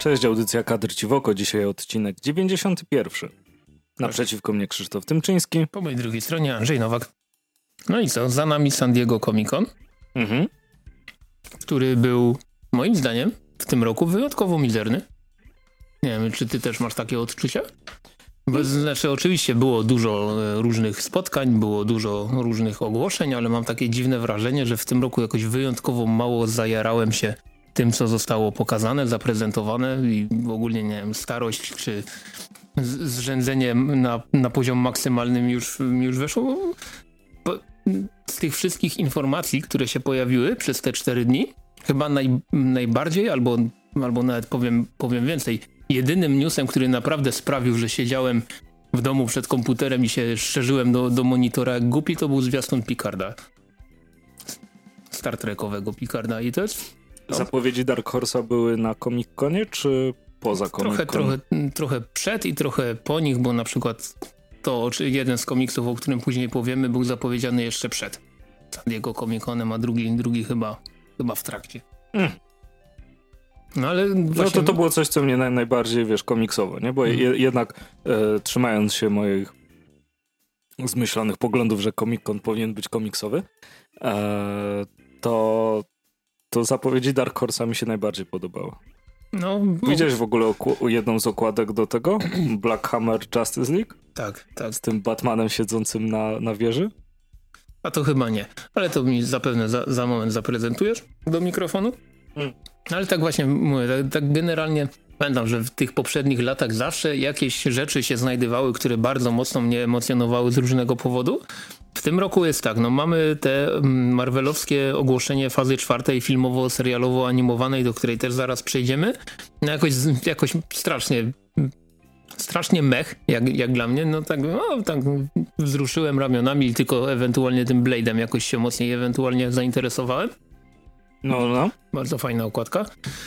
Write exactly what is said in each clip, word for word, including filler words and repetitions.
Cześć, audycja Kadr Ci w oko, dzisiaj odcinek dziewięćdziesiąty pierwszy. Naprzeciwko mnie Krzysztof Tymczyński. Po mojej drugiej stronie Andrzej Nowak. No i co, za nami San Diego Comic Con, mhm. który był moim zdaniem w tym roku wyjątkowo mizerny. Nie wiem, czy ty też masz takie odczucia? Bo, znaczy oczywiście było dużo różnych spotkań, było dużo różnych ogłoszeń, ale mam takie dziwne wrażenie, że w tym roku jakoś wyjątkowo mało zajarałem się tym, co zostało pokazane, zaprezentowane i ogólnie, nie wiem, starość czy zrzędzenie na, na poziom maksymalnym już, już weszło. Bo z tych wszystkich informacji, które się pojawiły przez te cztery dni, chyba naj, najbardziej, albo, albo nawet powiem, powiem więcej, jedynym newsem, który naprawdę sprawił, że siedziałem w domu przed komputerem i się szczerzyłem do, do monitora jak głupi, to był zwiastun Picarda. Star Trekowego Picarda i to jest... No. Zapowiedzi Dark Horse'a były na Comic-Conie, czy poza Comic-Conem? Trochę, trochę, trochę przed i trochę po nich, bo na przykład to jeden z komiksów, o którym później powiemy, był zapowiedziany jeszcze przed San Diego Comic-Conem, a drugi, drugi chyba, chyba w trakcie. Mm. No ale właśnie... No to to było coś, co mnie naj, najbardziej, wiesz, komiksowo, nie? Bo mm. je, jednak e, trzymając się moich zmyślonych poglądów, że Comic-Con powinien być komiksowy, e, to... to zapowiedzi Dark Horse'a mi się najbardziej podobały. No, bo... Widziałeś w ogóle oku- jedną z okładek do tego? Black Hammer Justice League? Tak, tak. Z tym Batmanem siedzącym na, na wieży? A to chyba nie. Ale to mi zapewne za, za moment zaprezentujesz do mikrofonu. Hmm. Ale tak właśnie mówię, tak, tak generalnie pamiętam, że w tych poprzednich latach zawsze jakieś rzeczy się znajdywały, które bardzo mocno mnie emocjonowały z różnego powodu. W tym roku jest tak, no mamy te marvelowskie ogłoszenie fazy czwartej filmowo-serialowo-animowanej, do której też zaraz przejdziemy. No jakoś, jakoś strasznie, strasznie mech, jak, jak dla mnie. No tak, no tak wzruszyłem ramionami i tylko ewentualnie tym Blade'em jakoś się mocniej ewentualnie zainteresowałem. No, no. Bardzo fajna okładka.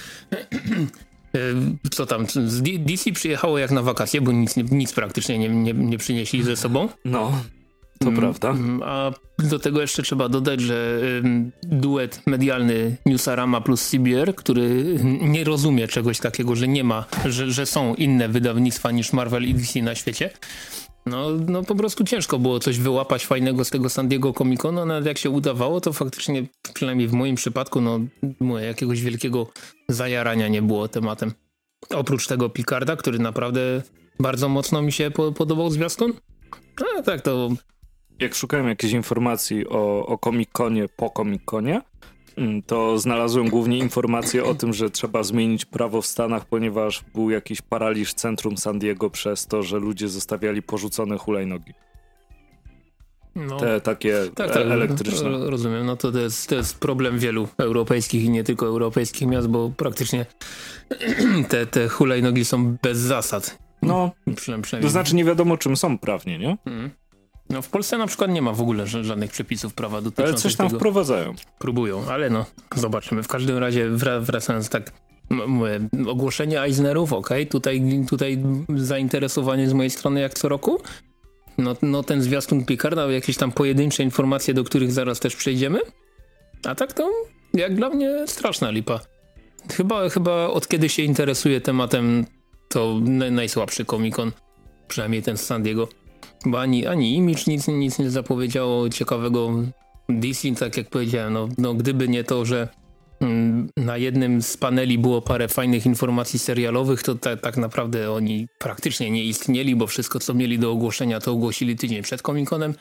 Co tam, z D C przyjechało jak na wakacje, bo nic, nic praktycznie nie, nie, nie przynieśli ze sobą. No. To mm, prawda. A do tego jeszcze trzeba dodać, że ym, duet medialny Newsarama plus C B R, który nie rozumie czegoś takiego, że nie ma, że, że są inne wydawnictwa niż Marvel i D C na świecie. No, no po prostu ciężko było coś wyłapać fajnego z tego San Diego Comic-Conu, no, nawet jak się udawało, to faktycznie, przynajmniej w moim przypadku, no mówię, jakiegoś wielkiego zajarania nie było tematem. Oprócz tego Picarda, który naprawdę bardzo mocno mi się po- podobał zwiastun. No tak, to... Jak szukałem jakichś informacji o, o Comic-Conie po Comic-Conie, to znalazłem głównie informacje o tym, że trzeba zmienić prawo w Stanach, ponieważ był jakiś paraliż centrum San Diego przez to, że ludzie zostawiali porzucone hulajnogi. No, Te takie tak, tak, elektryczne. Rozumiem, no to, to, jest, to jest problem wielu europejskich i nie tylko europejskich miast, bo praktycznie te, te hulajnogi są bez zasad. No, Przynajmniej... to znaczy nie wiadomo czym są prawnie, nie? Hmm. No w Polsce na przykład nie ma w ogóle żadnych przepisów prawa dotyczących tego. Ale coś tam tego. Wprowadzają. Próbują, ale no zobaczymy. W każdym razie wracając tak, mówię, ogłoszenie Eisnerów, okej, okay. tutaj, tutaj zainteresowanie z mojej strony jak co roku. No, no ten zwiastun Picarda, jakieś tam pojedyncze informacje, do których zaraz też przejdziemy. A tak to jak dla mnie straszna lipa. Chyba, chyba od kiedy się interesuję tematem, to najsłabszy Comic-Con, przynajmniej ten z San Diego. Bo ani, ani Image nic, nic nie zapowiedziało ciekawego. D C, tak jak powiedziałem, no, no gdyby nie to, że mm, na jednym z paneli było parę fajnych informacji serialowych, to ta, tak naprawdę oni praktycznie nie istnieli, bo wszystko co mieli do ogłoszenia to ogłosili tydzień przed Comic-Conem.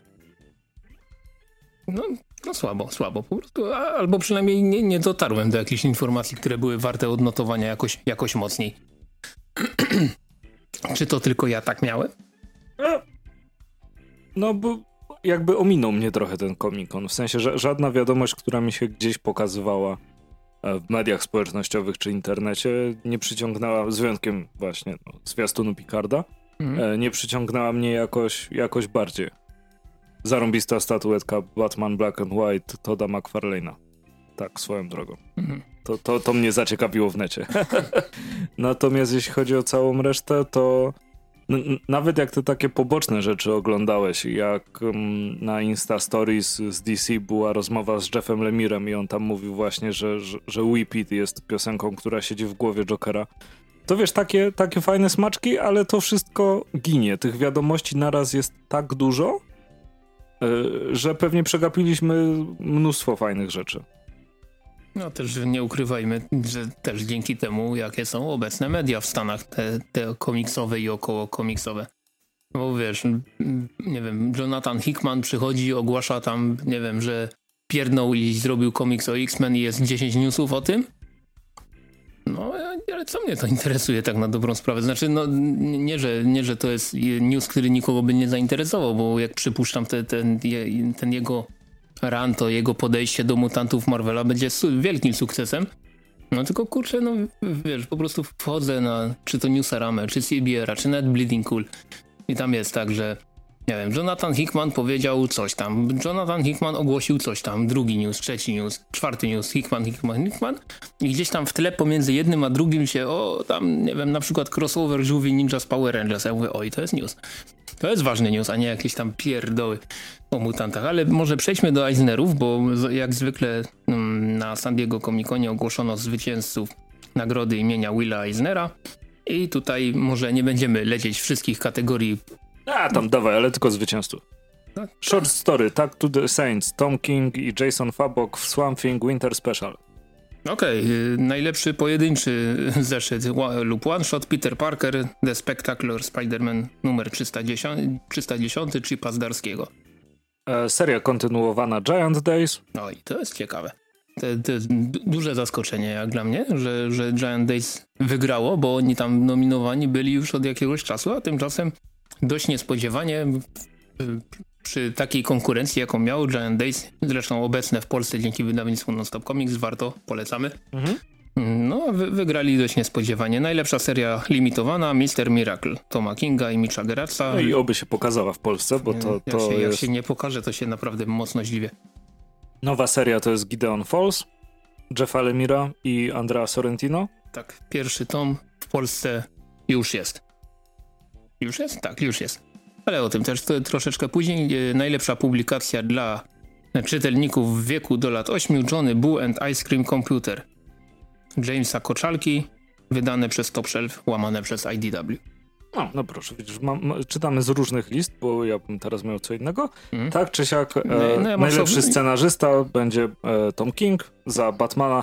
No, no słabo, słabo po prostu. A, albo przynajmniej nie, nie dotarłem do jakichś informacji, które były warte odnotowania jakoś, jakoś mocniej. Czy to tylko ja tak miałem? No bo jakby ominął mnie trochę ten Comic-Con, w sensie, że żadna wiadomość, która mi się gdzieś pokazywała w mediach społecznościowych czy internecie nie przyciągnęła, z wyjątkiem właśnie no, zwiastunu Picarda, mhm. nie przyciągnęła mnie jakoś, jakoś bardziej. Zarąbista statuetka Batman Black and White Todda McFarlane'a. Tak, swoją drogą. Mhm. To, to, to mnie zaciekawiło w necie. Natomiast jeśli chodzi o całą resztę, to N- nawet jak te takie poboczne rzeczy oglądałeś, jak um, na Insta Stories z D C była rozmowa z Jeffem Lemirem i on tam mówił właśnie, że, że, że Whip It jest piosenką, która siedzi w głowie Jokera, to wiesz, takie, takie fajne smaczki, ale to wszystko ginie. Tych wiadomości naraz jest tak dużo, yy, że pewnie przegapiliśmy mnóstwo fajnych rzeczy. No też nie ukrywajmy, że też dzięki temu, jakie są obecne media w Stanach, te, te komiksowe i około komiksowe. Bo wiesz, nie wiem, Jonathan Hickman przychodzi i ogłasza tam, nie wiem, że pierdnął i zrobił komiks o X-Men i jest dziesięć newsów o tym. No, ale co mnie to interesuje tak na dobrą sprawę? Znaczy, no nie, że, nie, że to jest news, który nikogo by nie zainteresował, bo jak przypuszczam, te, ten, ten jego run, to jego podejście do mutantów Marvela będzie su- wielkim sukcesem. No tylko kurczę, no wiesz, po prostu wchodzę na czy to Newsaramę, czy C B R a, czy nawet Bleeding Cool i tam jest tak, że nie wiem, Jonathan Hickman powiedział coś tam, Jonathan Hickman ogłosił coś tam, drugi news, trzeci news, czwarty news, Hickman, Hickman, Hickman i gdzieś tam w tle pomiędzy jednym a drugim się, o tam, nie wiem, na przykład crossover żółwi Ninja z Power Rangers, ja mówię, oj, to jest news. To jest ważny news, a nie jakieś tam pierdoły o mutantach, ale może przejdźmy do Eisnerów, bo jak zwykle na San Diego Comic-Conie ogłoszono zwycięzców nagrody imienia Willa Eisnera i tutaj może nie będziemy lecieć wszystkich kategorii. A tam dawaj, ale tylko zwycięzców. Tak? Short Story, Tag to the Saints, Tom King i Jason Fabok w Swamp Thing Winter Special. Okej, okay. Najlepszy pojedynczy zeszyt lub one shot Peter Parker, The Spectacular Spider-Man numer trzysta dziesięć Chipa Zdarskiego. E, seria kontynuowana Giant Days. No i to jest ciekawe. To, to jest duże zaskoczenie jak dla mnie, że, że Giant Days wygrało, bo oni tam nominowani byli już od jakiegoś czasu, a tymczasem dość niespodziewanie przy takiej konkurencji, jaką miało Giant Days, zresztą obecne w Polsce dzięki wydawnictwu Non-Stop Comics, warto, polecamy. Mhm. No, wy, wygrali dość niespodziewanie. Najlepsza seria limitowana, mister Miracle, Toma Kinga i Mitcha Geratza. No i oby się pokazała w Polsce, bo to, to jak, się, jest... jak się nie pokaże, to się naprawdę mocno zdziwię. Nowa seria to jest Gideon Falls, Jeffa Lemira i Andrea Sorrentino. Tak, pierwszy tom w Polsce już jest. Już jest? Tak, już jest. Ale o tym też to troszeczkę później. Najlepsza publikacja dla czytelników w wieku do lat ośmiu, Johnny Boo and Ice Cream Computer Jamesa Koczalki, wydane przez Top Shelf, łamane przez I D W. No, no proszę, widzisz, mam, czytamy z różnych list, bo ja bym teraz miał co innego. Mm. Tak czy siak, e, no, no ja najlepszy sobie... scenarzysta będzie e, Tom King za Batmana,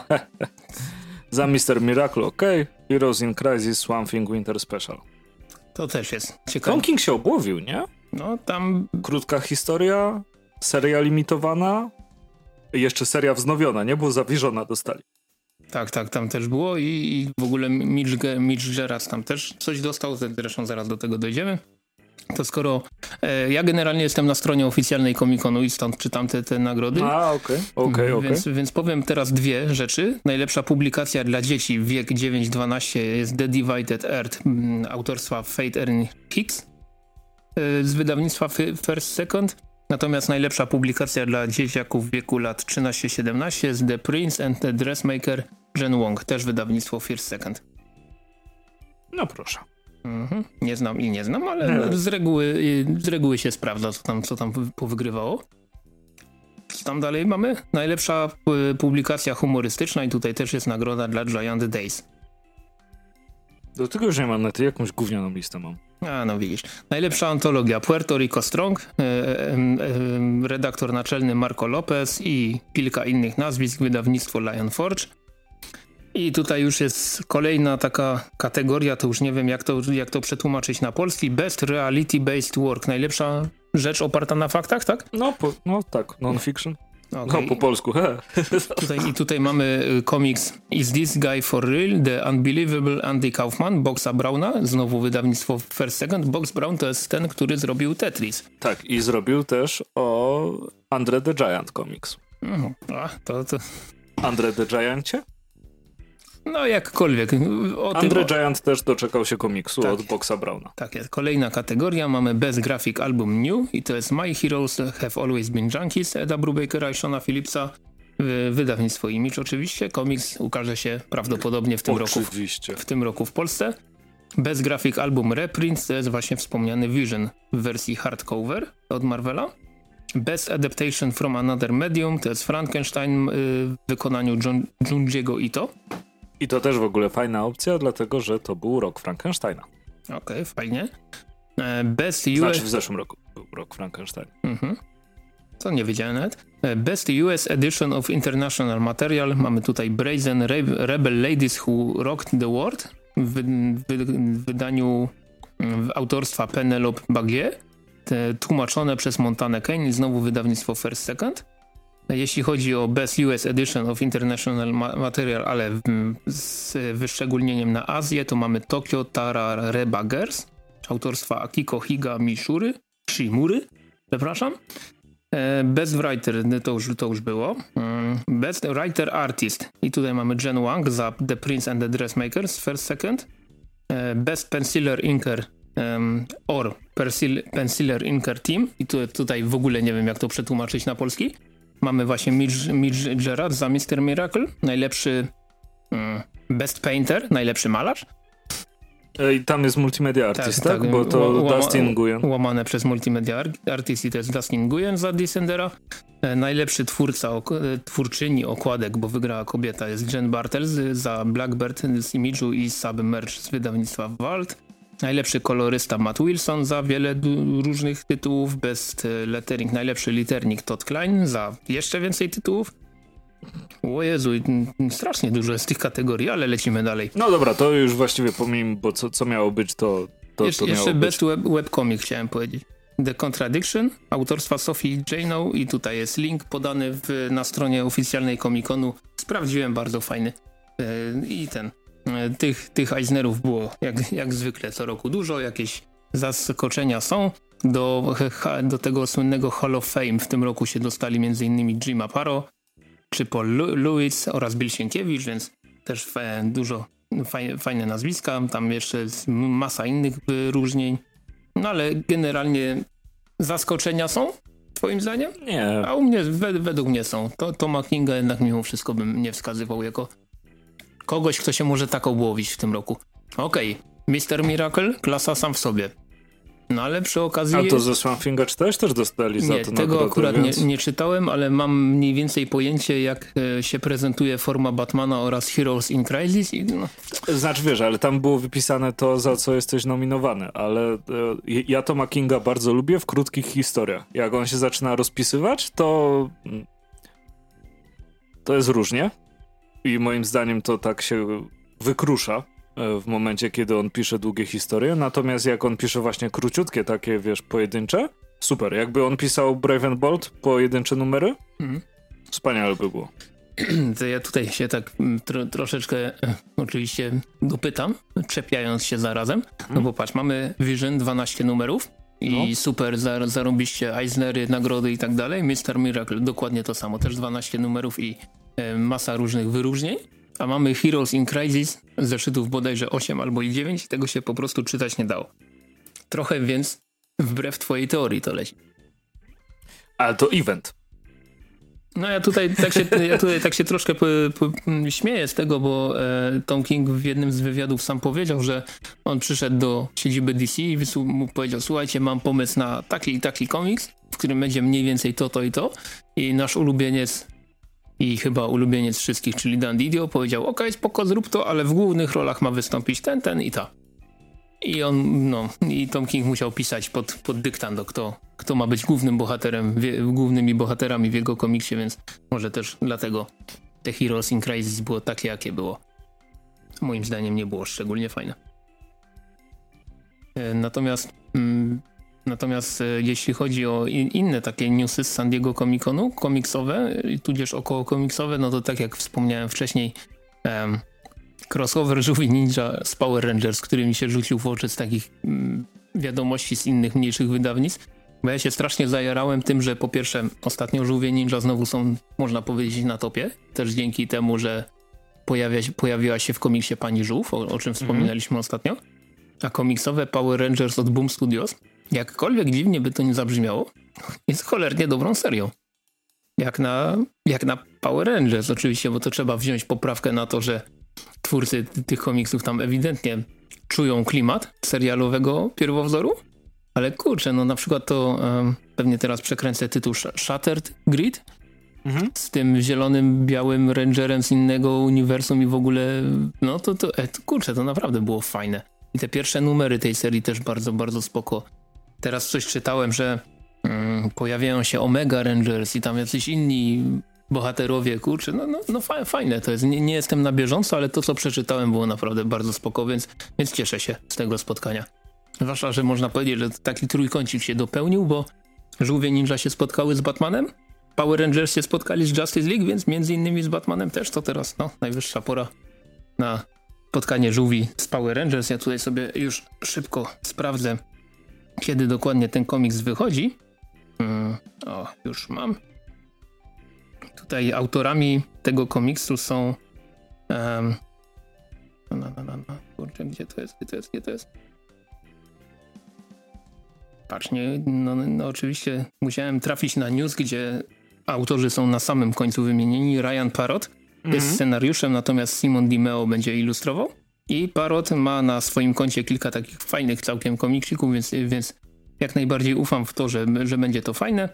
za mister Miracle, ok, Heroes in Crisis, Swamp Thing Winter Special. To też jest ciekawe. Tom King się obłowił, nie? No tam... Krótka historia, seria limitowana, jeszcze seria wznowiona, nie? Bo zawieszona dostali. Tak, tak, tam też było i, i w ogóle Mitch, Mitch Gerac tam też coś dostał, zresztą zaraz do tego dojdziemy. To skoro e, ja generalnie jestem na stronie oficjalnej Comic-Conu i stąd czytam te, te nagrody. A, okej, okej, okej. Więc, więc powiem teraz dwie rzeczy. Najlepsza publikacja dla dzieci wiek dziewięć dwanaście jest The Divided Earth m, autorstwa Fate Erin Hicks e, z wydawnictwa First Second. Natomiast najlepsza publikacja dla dzieciaków w wieku lat trzynaście siedemnaście jest The Prince and the Dressmaker Jen Wong, też wydawnictwo First Second. No proszę. Mhm. Nie znam i nie znam, ale z reguły, z reguły się sprawdza, co tam, co tam powygrywało. Co tam dalej mamy? Najlepsza publikacja humorystyczna i tutaj też jest nagroda dla Giant Days. Do tego już nie mam, na ty jakąś gównianą listę mam. A, no widzisz. Najlepsza antologia Puerto Rico Strong, e, e, e, redaktor naczelny Marco Lopez i kilka innych nazwisk, wydawnictwo Lion Forge. I tutaj już jest kolejna taka kategoria, to już nie wiem jak to, jak to przetłumaczyć na polski. Best Reality Based Work. Najlepsza rzecz oparta na faktach, tak? No, po, no tak, non-fiction. Okay. No po polsku. Tutaj, I tutaj mamy komiks Is This Guy For Real? The Unbelievable Andy Kaufman, Boxa Browna, znowu wydawnictwo First Second. Box Brown to jest ten, który zrobił Tetris. Tak, i zrobił też o Andre the Giant Comics. Mhm. A, to, to... Andre the Giancie? No jakkolwiek. O Andre tym, o... Giant też doczekał się komiksu tak, od Boxa Browna. Tak jest. Kolejna kategoria. Mamy Best Graphic Album New i to jest My Heroes Have Always Been Junkies Eda Brubakera i Shona Phillipsa. Wydawnictwo Image oczywiście. Komiks ukaże się prawdopodobnie w tym oczywiście. roku w, w tym roku w Polsce. Best Graphic Album Reprint to jest właśnie wspomniany Vision w wersji hardcover od Marvela. Best Adaptation from Another Medium to jest Frankenstein w wykonaniu Jun- Junjiego Ito. I to też w ogóle fajna opcja, dlatego że to był rok Frankensteina. Okej, okay, fajnie. Best U S... Znaczy w zeszłym roku był rok Frankensteina. Mhm. Co nie wiedziałem nawet. Best U S Edition of International Material. Mamy tutaj Brazen Re- Rebel Ladies Who Rocked the World w, wy- w wydaniu w autorstwa Penelope Bagier, tłumaczone przez Montanę Kane, znowu wydawnictwo First Second. Jeśli chodzi o Best U S Edition of International Ma- Material, ale w, z wyszczególnieniem na Azję, to mamy Tokyo Tara Reba Girls, autorstwa Akiko Higa Mishury, Shimury, przepraszam. Best Writer, to już, to już było. Best Writer Artist. I tutaj mamy Jen Wang za The Prince and the Dressmakers, First Second. Best Penciler Inker um, or Pencil, Penciler Inker Team. I tu, tutaj w ogóle nie wiem, jak to przetłumaczyć na polski. Mamy właśnie Mitch, Mitch Gerard za mister Miracle. Najlepszy um, Best Painter, najlepszy malarz. I tam jest Multimedia Artist, tak? tak? tak? Bo to Łama, Dustin Nguyen. Łamane przez Multimedia Artist i to jest Dustin Nguyen za Descendera. E, najlepszy twórca, ok, twórczyni okładek, bo wygrała kobieta, jest Jen Bartels za Blackbird z Image'u i Submerge z wydawnictwa Walt. Najlepszy kolorysta Matt Wilson za wiele du- różnych tytułów. Best Lettering, najlepszy liternik Todd Klein za jeszcze więcej tytułów. O Jezu, strasznie dużo jest tych kategorii, ale lecimy dalej. No dobra, to już właściwie pomijmy, bo co, co miało być, to, to, Jesz- to miało Jeszcze być. Best web, Webcomic chciałem powiedzieć. The Contradiction, autorstwa Sophie Janow i tutaj jest link podany w, na stronie oficjalnej Comic-Conu. Sprawdziłem, bardzo fajny. Yy, I ten, yy, tych, tych Eisnerów było jak, jak zwykle co roku dużo, jakieś zaskoczenia są. Do, ha, do tego słynnego Hall of Fame w tym roku się dostali m.in. Jim Aparo, czy Paul Lewis oraz Bill Sienkiewicz, więc też fe, dużo fajne, fajne nazwiska. Tam jeszcze jest masa innych wyróżnień. No ale generalnie zaskoczenia są, twoim zdaniem? Nie. A u mnie, wed- według mnie są. To Toma Kinga jednak mimo wszystko bym nie wskazywał jako kogoś, kto się może tak obłowić w tym roku. Okej, okay. mister Miracle, klasa sam w sobie. No ale przy okazji... A to ze Swamp Thinga czytałeś? Też dostali za nie, to tego nagrodę, akurat więc... nie, nie czytałem, ale mam mniej więcej pojęcie, jak e, się prezentuje forma Batmana oraz Heroes in Crisis. I, no. Znaczy wiesz, ale tam było wypisane to, za co jesteś nominowany, ale e, ja Toma Kinga bardzo lubię w krótkich historiach. Jak on się zaczyna rozpisywać, to to jest różnie i moim zdaniem to tak się wykrusza w momencie, kiedy on pisze długie historie, natomiast jak on pisze właśnie króciutkie, takie wiesz, pojedyncze, super. Jakby on pisał Brave and Bold, pojedyncze numery, mhm. Wspaniale by było. To ja tutaj się tak tro, troszeczkę e, oczywiście dopytam, czepiając się zarazem, mhm. No bo patrz, mamy Vision dwanaście numerów i no. Super zar, zarobiście Eisnery, nagrody i tak dalej, mister Miracle dokładnie to samo, też dwanaście numerów i e, masa różnych wyróżnień. A mamy Heroes in Crisis, zeszytów bodajże osiem albo i dziewięć i tego się po prostu czytać nie dało. Trochę więc wbrew twojej teorii to leci. Ale to event. No ja tutaj tak się, ja tutaj tak się troszkę po, po, śmieję z tego, bo e, Tom King w jednym z wywiadów sam powiedział, że on przyszedł do siedziby D C i wysłu, mu powiedział, słuchajcie, mam pomysł na taki i taki komiks, w którym będzie mniej więcej to, to i to i nasz ulubieniec i chyba ulubieniec wszystkich, czyli Dan Didio, powiedział, okej, okay, spoko, zrób to, ale w głównych rolach ma wystąpić ten, ten i ta. I on, no, i Tom King musiał pisać pod, pod dyktando, kto, kto ma być głównym bohaterem, wie, głównymi bohaterami w jego komiksie, więc może też dlatego te Heroes in Crisis było takie, jakie było. Moim zdaniem nie było szczególnie fajne. Natomiast... Mm, Natomiast e, jeśli chodzi o in, inne takie newsy z San Diego Comic-Conu, komiksowe, tudzież około komiksowe, no to tak jak wspomniałem wcześniej, um, crossover Żółwi Ninja z Power Rangers, który mi się rzucił w oczy z takich mm, wiadomości z innych mniejszych wydawnictw, bo ja się strasznie zajarałem tym, że po pierwsze ostatnio Żółwie Ninja znowu są, można powiedzieć, na topie, też dzięki temu, że pojawia, pojawiła się w komiksie Pani Żółw, o, o czym wspominaliśmy mm-hmm. ostatnio, a komiksowe Power Rangers od Boom Studios, jakkolwiek dziwnie by to nie zabrzmiało, jest cholernie dobrą serią. Jak na, jak na Power Rangers oczywiście, bo to trzeba wziąć poprawkę na to, że twórcy tych komiksów tam ewidentnie czują klimat serialowego pierwowzoru, ale kurczę, no na przykład to um, pewnie teraz przekręcę tytuł Shattered Grid, mhm. z tym zielonym, białym Rangerem z innego uniwersum i w ogóle, no to, to, to kurczę, to naprawdę było fajne. I te pierwsze numery tej serii też bardzo, bardzo spoko. Teraz coś czytałem, że mm, pojawiają się Omega Rangers i tam jacyś inni bohaterowie, kurczę, no, no, no fajne to jest. Nie, nie jestem na bieżąco, ale to, co przeczytałem, było naprawdę bardzo spoko, więc, więc cieszę się z tego spotkania. Zwłaszcza, że można powiedzieć, że taki trójkącik się dopełnił, bo Żółwie Ninja się spotkały z Batmanem, Power Rangers się spotkali z Justice League, więc między innymi z Batmanem też to teraz, no, najwyższa pora na spotkanie żółwi z Power Rangers. Ja tutaj sobie już szybko sprawdzę, kiedy dokładnie ten komiks wychodzi. Hmm, o, już mam. Tutaj autorami tego komiksu są um, no, no, no, no, kurczę, gdzie to jest, gdzie to jest, gdzie to jest? Patrz, nie, no, no oczywiście musiałem trafić na news, gdzie autorzy są na samym końcu wymienieni. Ryan Parrott mhm. jest scenariuszem, natomiast Simon DiMeo będzie ilustrował. I Parrott ma na swoim koncie kilka takich fajnych całkiem komiksików, więc, więc jak najbardziej ufam w to, że, że będzie to fajne.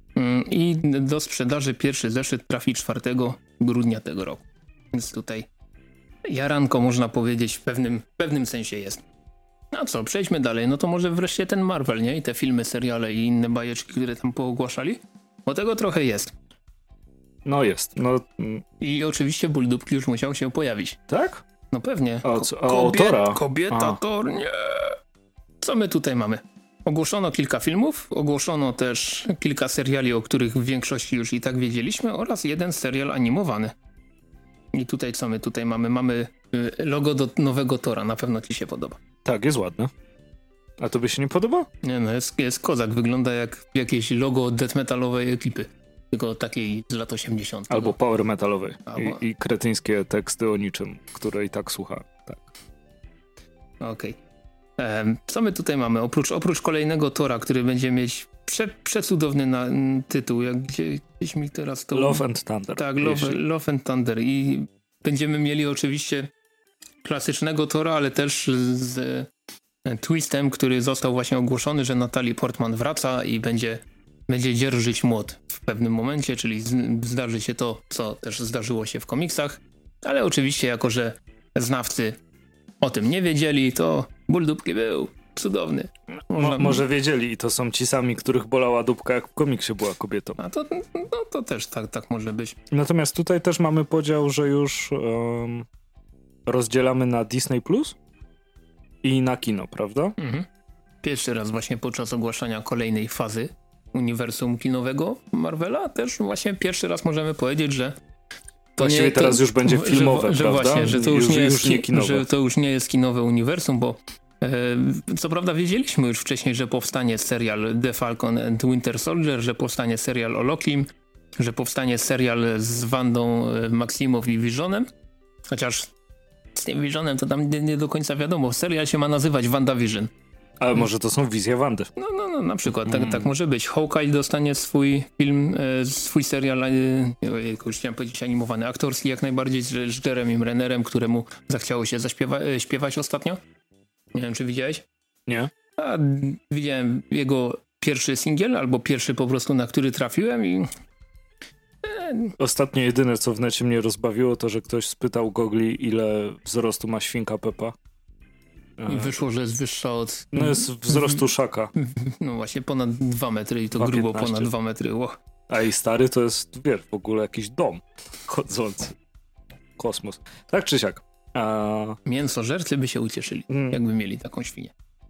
I do sprzedaży pierwszy zeszyt trafi czwartego grudnia tego roku. Więc tutaj jaranko, można powiedzieć, w pewnym, w pewnym sensie jest. No co, przejdźmy dalej. No to może wreszcie ten Marvel, nie? I te filmy, seriale i inne bajeczki, które tam poogłaszali. Bo tego trochę jest. No jest. No. I oczywiście Ból Dupki już musiał się pojawić. Tak? No pewnie. A, co, a Kobiet, autora? Kobieta a. Thor, nie. Co my tutaj mamy? Ogłoszono kilka filmów, ogłoszono też kilka seriali, o których w większości już i tak wiedzieliśmy, oraz jeden serial animowany. I tutaj co my tutaj mamy? Mamy logo do nowego Tora, na pewno ci się podoba. Tak, jest ładne. A tobie się nie podoba? Nie no, jest, jest kozak, wygląda jak jakieś logo death metalowej ekipy. Tylko takiej z lat osiemdziesiątych. Albo power metalowej. Albo... I, I kretyńskie teksty o niczym, które i tak słucha. Tak. Okej. Okay. Co my tutaj mamy? Oprócz, oprócz kolejnego Tora, który będzie mieć prze, przecudowny na, n, tytuł, jak gdzie, gdzieś mi teraz to... Love and Thunder. Tak, Love, Love and Thunder. I będziemy mieli oczywiście klasycznego Tora, ale też z e, twistem, który został właśnie ogłoszony, że Natalie Portman wraca i będzie, będzie dzierżyć młot w pewnym momencie, czyli z, zdarzy się to, co też zdarzyło się w komiksach, ale oczywiście jako, że znawcy o tym nie wiedzieli, to ból dupki był cudowny. Można... Mo, może wiedzieli i to są ci sami, których bolała dupka, jak w komiksie była kobietą. A to, no, to też tak, tak może być. Natomiast tutaj też mamy podział, że już um, rozdzielamy na Disney Plus i na kino, prawda? Mhm. Pierwszy raz właśnie podczas ogłaszania kolejnej fazy uniwersum kinowego Marvela też właśnie pierwszy raz możemy powiedzieć, że to Właściwie nie, teraz to, już będzie filmowe, że, prawda? Że właśnie, że to już, już, nie, jest, już nie kinowe. Że to już nie jest kinowe uniwersum, bo e, co prawda wiedzieliśmy już wcześniej, że powstanie serial The Falcon and Winter Soldier, że powstanie serial o Lokim, że powstanie serial z Wandą Maximow i Visionem, chociaż z tym Visionem to tam nie, nie do końca wiadomo. Serial się ma nazywać WandaVision. Ale może to są wizje Wandy. No, no, no na przykład, tak, mm. tak może być. Hawkeye dostanie swój film, e, swój serial, e, już chciałem powiedzieć animowany, aktorski jak najbardziej z, z Jeremym Rennerem, któremu zachciało się zaśpiewa, e, śpiewać ostatnio. Nie wiem, czy widziałeś? Nie. A, widziałem jego pierwszy singiel, albo pierwszy po prostu, na który trafiłem i... E... Ostatnio jedyne, co w necie mnie rozbawiło, to, że ktoś spytał Gogli, ile wzrostu ma świnka Peppa. I wyszło, że jest wyższa od... No jest wzrostu Szaka. No właśnie ponad dwa metry i to dwa grubo piętnaście. Ponad dwa metry. Wow. A jej stary to jest, wiesz, w ogóle jakiś dom chodzący. Kosmos. Tak czy siak. A... Mięsożercy by się ucieszyli, hmm. jakby mieli taką świnię.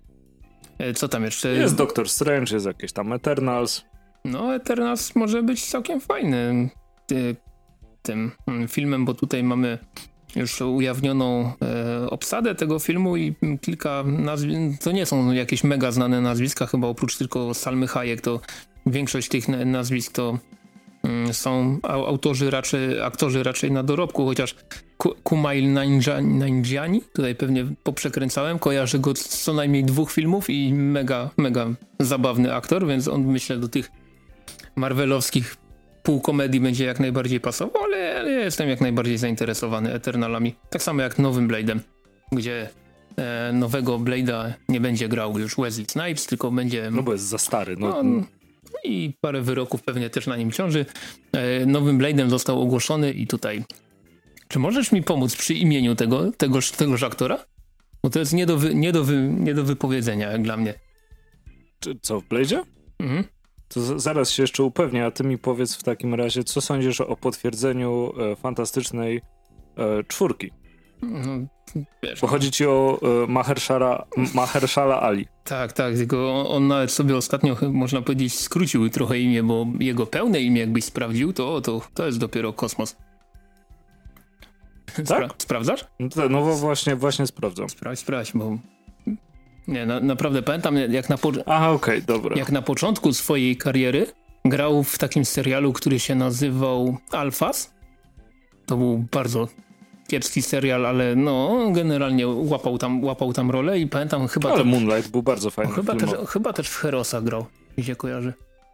E, co tam jeszcze? Jest Doctor Strange, jest jakieś tam Eternals. No Eternals może być całkiem fajny ty, tym filmem, bo tutaj mamy już ujawnioną e, obsadę tego filmu i kilka nazwisk, to nie są jakieś mega znane nazwiska, chyba oprócz tylko Salmy Hayek, to większość tych nazwisk to mm, są autorzy raczej, aktorzy raczej na dorobku, chociaż Kumail Nanjiani, tutaj pewnie poprzekręcałem, kojarzę go z co najmniej dwóch filmów i mega, mega zabawny aktor, więc on myślę do tych marvelowskich pół komedii będzie jak najbardziej pasował, ale, ale ja jestem jak najbardziej zainteresowany Eternalami. Tak samo jak nowym Blade'em, gdzie e, nowego Blade'a nie będzie grał już Wesley Snipes, tylko będzie... No bo jest za stary. No, no i parę wyroków pewnie też na nim ciąży. E, nowym Blade'em został ogłoszony i tutaj... Czy możesz mi pomóc przy imieniu tego, tegoż, tegoż aktora? Bo to jest nie do, wy, nie do, wy, nie do wypowiedzenia, jak dla mnie. Czy, co, w Blade'zie? Mhm. To z, zaraz się jeszcze upewnię, a ty mi powiedz w takim razie, co sądzisz o potwierdzeniu e, fantastycznej e, czwórki? No, wiesz, bo chodzi ci o e, Mahershala, Mahershala Ali. Tak, tak, tylko on, on nawet sobie ostatnio, można powiedzieć, skrócił trochę imię, bo jego pełne imię jakbyś sprawdził, to, to, to jest dopiero kosmos. Tak? Spra- sprawdzasz? No, to, no właśnie, właśnie sprawdzam. Sprawdź, sprawdź, bo... Nie, na, naprawdę pamiętam, jak na, po... Aha, okej, okay, dobra. jak na początku swojej kariery grał w takim serialu, który się nazywał Alphas. To był bardzo kiepski serial, ale no generalnie łapał tam, łapał tam rolę i pamiętam chyba... Ale to... Moonlight był bardzo fajny. O, chyba, też, chyba też w Herosa grał, mi się kojarzy.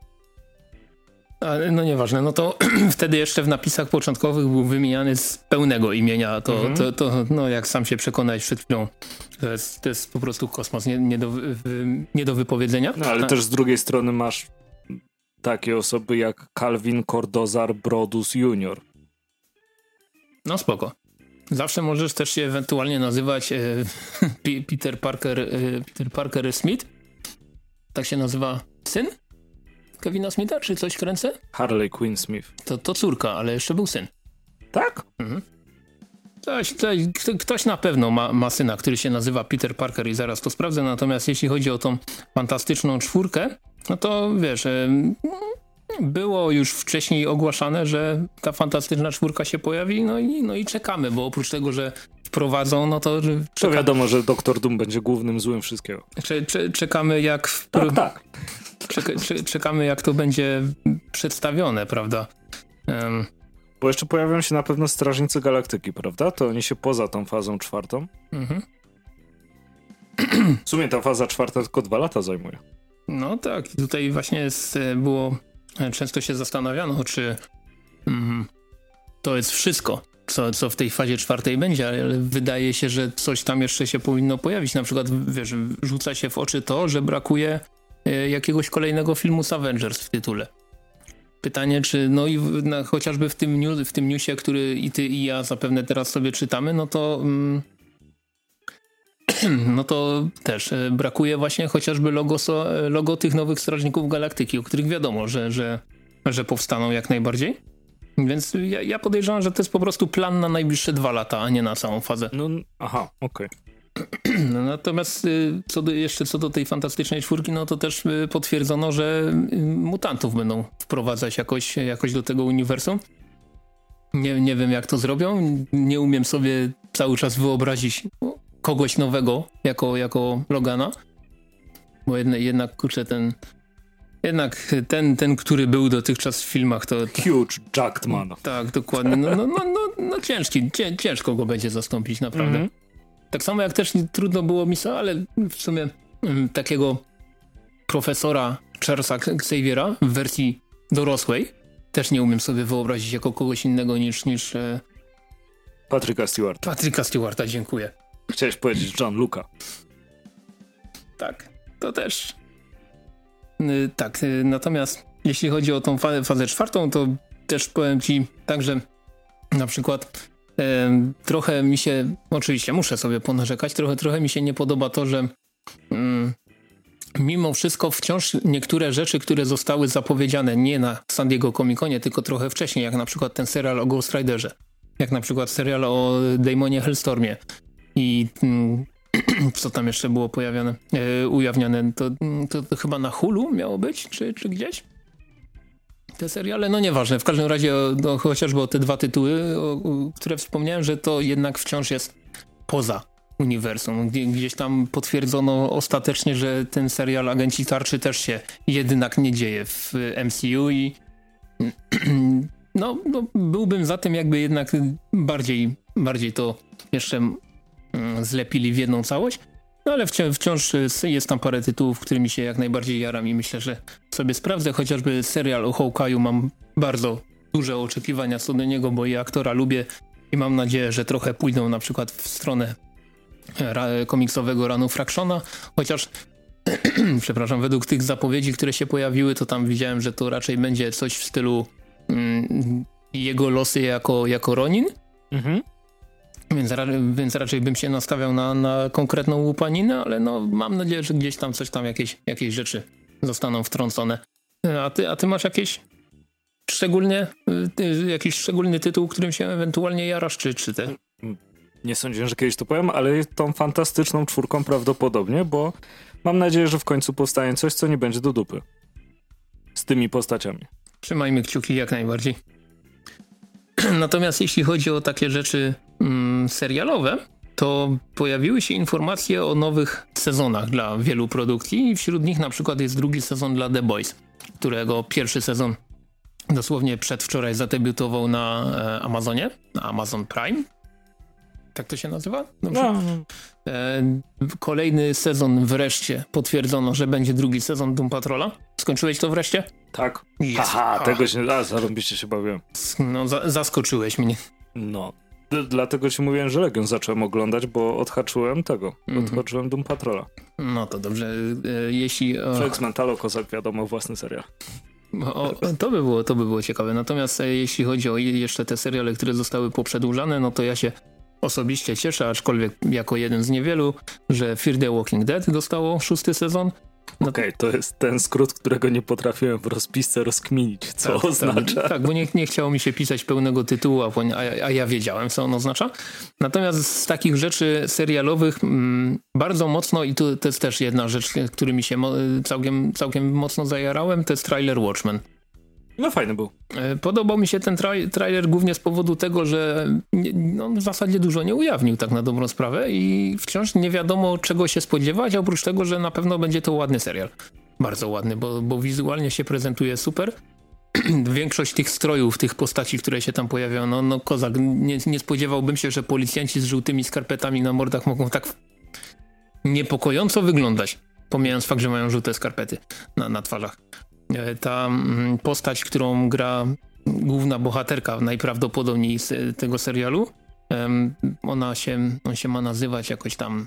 A, no nieważne, no to wtedy jeszcze w napisach początkowych był wymieniany z pełnego imienia, to, mhm. to, to no jak sam się przekonałeś przed chwilą, to jest, to jest po prostu kosmos, nie, nie, do, nie do wypowiedzenia. No ale A... też z drugiej strony masz takie osoby jak Calvin Cordozar Brodus junior No spoko. Zawsze możesz też się ewentualnie nazywać e, Peter Parker, e, Peter Parker Smith, tak się nazywa syn Kevina Smitha, czy coś kręcę? Harley Quinn Smith. To, to córka, ale jeszcze był syn. Tak? Mhm. Ktoś, ktoś, ktoś na pewno ma, ma syna, który się nazywa Peter Parker i zaraz to sprawdzę, natomiast jeśli chodzi o tą fantastyczną czwórkę, no to wiesz, było już wcześniej ogłaszane, że ta fantastyczna czwórka się pojawi, no i, no i czekamy, bo oprócz tego, że wprowadzą, no to... Czeka... To wiadomo, że Doktor Doom będzie głównym złym wszystkiego. Cze, cze, czekamy jak... W... Tak, tak. Czeka, czekamy jak to będzie przedstawione, prawda? Um. Bo jeszcze pojawią się na pewno Strażnicy Galaktyki, prawda? To oni się poza tą fazą czwartą. Mhm. W sumie ta faza czwarta tylko dwa lata zajmuje. No tak, tutaj właśnie jest, było, często się zastanawiano, czy mm, to jest wszystko, co, co w tej fazie czwartej będzie, ale wydaje się, że coś tam jeszcze się powinno pojawić. Na przykład, wiesz, rzuca się w oczy to, że brakuje jakiegoś kolejnego filmu z Avengers w tytule. Pytanie, czy no i na, chociażby w tym, news, w tym newsie, który i ty i ja zapewne teraz sobie czytamy, no to mm, no to też brakuje właśnie chociażby logo, logo tych nowych Strażników Galaktyki, o których wiadomo, że, że, że powstaną jak najbardziej. Więc ja, ja podejrzewam, że to jest po prostu plan na najbliższe dwa lata, a nie na całą fazę. No, aha, okej. Okay. No, natomiast co do, jeszcze co do tej fantastycznej czwórki, no to też potwierdzono, że mutantów będą wprowadzać jakoś, jakoś do tego uniwersum. Nie, nie wiem jak to zrobią, nie umiem sobie cały czas wyobrazić kogoś nowego jako, jako Logana, bo jednak, jednak kurczę ten jednak ten, ten, który był dotychczas w filmach to... to Huge Jackman. Tak, dokładnie, no, no, no, no, no ciężki, cię, ciężko go będzie zastąpić naprawdę. Mm-hmm. Tak samo jak też trudno było mi, ale w sumie um, takiego profesora Charlesa Xaviera w wersji dorosłej też nie umiem sobie wyobrazić jako kogoś innego niż... niż e... Patricka Stewarta. Patricka Stewarta, dziękuję. Chciałeś powiedzieć John Luca. Tak, to też. Yy, tak, yy, natomiast jeśli chodzi o tą fazę, fazę czwartą, to też powiem ci tak, że na przykład yy, trochę mi się, oczywiście muszę sobie ponarzekać, trochę, trochę mi się nie podoba to, że yy, mimo wszystko wciąż niektóre rzeczy, które zostały zapowiedziane nie na San Diego Comic-Conie, tylko trochę wcześniej, jak na przykład ten serial o Ghost Riderze, jak na przykład serial o Daemonie Hellstormie i mm, co tam jeszcze było pojawione, e, ujawnione, to, to, to chyba na Hulu miało być, czy, czy gdzieś? Te seriale, no nieważne, w każdym razie no, chociażby o te dwa tytuły, o, o, które wspomniałem, że to jednak wciąż jest poza uniwersum. Gdzie, gdzieś tam potwierdzono ostatecznie, że ten serial Agenci Tarczy też się jednak nie dzieje w M C U i no, no byłbym za tym, jakby jednak bardziej, bardziej to jeszcze mm, zlepili w jedną całość, no ale wciąż, wciąż jest tam parę tytułów, którymi się jak najbardziej jaram i myślę, że sobie sprawdzę, chociażby serial o Hawkeye'u mam bardzo duże oczekiwania co do niego, bo i aktora lubię i mam nadzieję, że trochę pójdą na przykład w stronę ra- komiksowego runu Fractiona, chociaż przepraszam, według tych zapowiedzi, które się pojawiły, to tam widziałem, że to raczej będzie coś w stylu mm, jego losy jako, jako Ronin. Mhm. Więc, ra, więc raczej bym się nastawiał na, na konkretną łupaninę, ale no mam nadzieję, że gdzieś tam coś tam, jakieś, jakieś rzeczy zostaną wtrącone. A ty, a ty masz jakieś szczególnie, jakiś szczególny tytuł, którym się ewentualnie jarasz, czy, czy te? Nie sądziłem, że kiedyś to powiem, ale tą fantastyczną czwórką prawdopodobnie, bo mam nadzieję, że w końcu powstanie coś, co nie będzie do dupy. Z tymi postaciami. Trzymajmy kciuki jak najbardziej. Natomiast jeśli chodzi o takie rzeczy mm, serialowe, to pojawiły się informacje o nowych sezonach dla wielu produkcji i wśród nich na przykład jest drugi sezon dla The Boys, którego pierwszy sezon dosłownie przedwczoraj zadebiutował na e, Amazonie, na Amazon Prime. Tak to się nazywa? Dobrze. No. E, kolejny sezon wreszcie potwierdzono, że będzie drugi sezon Doom Patrola. Skończyłeś to wreszcie? Tak. Yes. Haha, tego się... A, zarąbiście się bawiłem. No, za, zaskoczyłeś mnie. No. D- dlatego ci mówiłem, że Legion zacząłem oglądać, bo odhaczyłem tego. Mm-hmm. Odhaczyłem Doom Patrola. No to dobrze. E, jeśli... O... Flex Mentalo, Kozak, wiadomo, własny serial. O, to by było, to by było ciekawe. Natomiast e, jeśli chodzi o jeszcze te seriale, które zostały poprzedłużane, no to ja się osobiście cieszę, aczkolwiek jako jeden z niewielu, że Fear the Walking Dead dostało szósty sezon. No Okej, okay, to jest ten skrót, którego nie potrafiłem w rozpisce rozkminić, co tak, oznacza. Tak, tak, bo nie, nie chciało mi się pisać pełnego tytułu, a, a ja wiedziałem, co on oznacza. Natomiast z takich rzeczy serialowych mm, bardzo mocno, i to, to jest też jedna rzecz, którymi się mo- całkiem, całkiem mocno zajarałem, to jest trailer Watchmen. No fajny był. Podobał mi się ten tra- trailer głównie z powodu tego, że nie, no, w zasadzie dużo nie ujawnił tak na dobrą sprawę i wciąż nie wiadomo czego się spodziewać, oprócz tego, że na pewno będzie to ładny serial. Bardzo ładny, bo, bo wizualnie się prezentuje super. Większość tych strojów, tych postaci, które się tam pojawiają, no, no kozak, nie, nie spodziewałbym się, że policjanci z żółtymi skarpetami na mordach mogą tak niepokojąco wyglądać, pomijając fakt, że mają żółte skarpety na, na twarzach. Ta postać, którą gra główna bohaterka najprawdopodobniej z tego serialu, ona się, on się ma nazywać jakoś tam,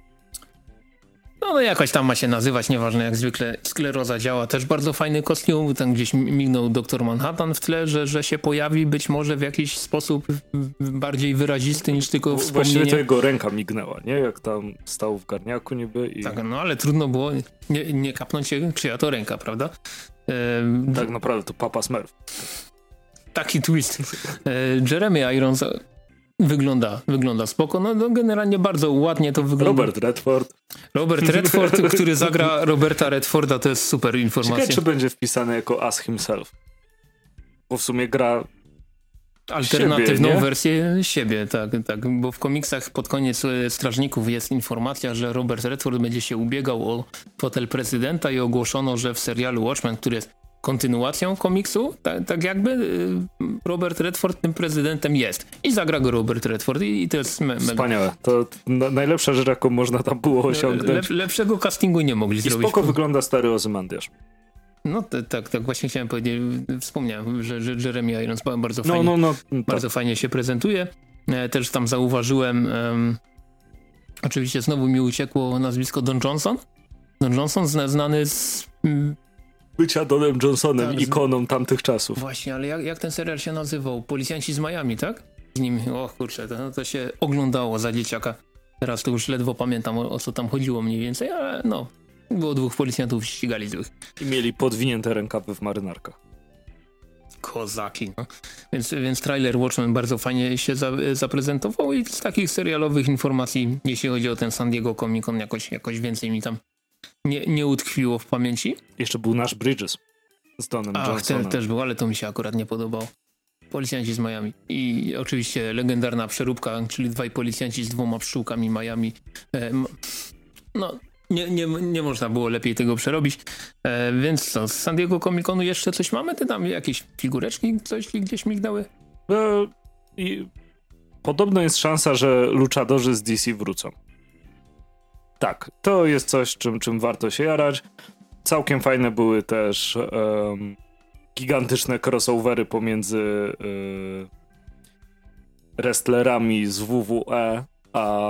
no, no jakoś tam ma się nazywać, nieważne, jak zwykle skleroza działa, też bardzo fajny kostium, tam gdzieś mignął doktor Manhattan w tle, że, że się pojawi być może w jakiś sposób bardziej wyrazisty niż tylko wspomnienie. Właściwie to jego ręka mignęła, nie? Jak tam stał w garniaku niby i... Tak, no ale trudno było nie, nie kapnąć się, czyja to ręka, prawda? E, tak naprawdę to Papa Smurf. Taki twist. E, Jeremy Irons wygląda, wygląda spoko, no, no generalnie bardzo ładnie to wygląda. Robert Redford. Robert Redford, który zagra Roberta Redforda, to jest super informacja. Ciekawe, czy będzie wpisany jako As himself. Bo w sumie gra alternatywną siebie, wersję siebie, tak, tak, bo w komiksach pod koniec Strażników jest informacja, że Robert Redford będzie się ubiegał o fotel prezydenta i ogłoszono, że w serialu Watchmen, który jest kontynuacją komiksu, tak, tak jakby Robert Redford tym prezydentem jest. I zagra go Robert Redford i, i to jest me- mega. Wspaniałe. To na, najlepsza rzecz, jaką można tam było osiągnąć. Lep, lepszego castingu nie mogli I zrobić. spoko wygląda stary Ozymandiasz. No t- tak, tak właśnie chciałem powiedzieć, wspomniałem, że, że Jeremy Irons bardzo fajnie, no, no, no, bardzo tak. fajnie się prezentuje. E, też tam zauważyłem, um, oczywiście znowu mi uciekło nazwisko Don Johnson. Don Johnson zna, znany z... Mm, bycia Donem Johnsonem, tak, ikoną tamtych czasów. Właśnie, ale jak, jak ten serial się nazywał? Policjanci z Miami, tak? Z nim, o kurczę, to, to się oglądało za dzieciaka. Teraz to już ledwo pamiętam, o, o co tam chodziło mniej więcej, ale no, było dwóch policjantów, ścigali złych. I mieli podwinięte rękawy w marynarkach. Kozaki, no. Więc, więc trailer Watchmen bardzo fajnie się za, zaprezentował i z takich serialowych informacji, jeśli chodzi o ten San Diego Comic Con, jakoś, jakoś więcej mi tam nie, nie utkwiło w pamięci. Jeszcze był nasz Bridges z Donem Ach, Johnsonem. Te, też był, ale to mi się akurat nie podobało. Policjanci z Miami. I oczywiście legendarna przeróbka, czyli dwaj policjanci z dwoma pszczółkami Miami. E, no, nie, nie, nie można było lepiej tego przerobić. E, więc co, z San Diego Comic Conu jeszcze coś mamy? Ty tam jakieś figureczki coś gdzieś migdały? No, i podobno jest szansa, że luczadorzy z D C wrócą. Tak, to jest coś, czym, czym warto się jarać. Całkiem fajne były też um, gigantyczne crossovery pomiędzy y, wrestlerami z W W E a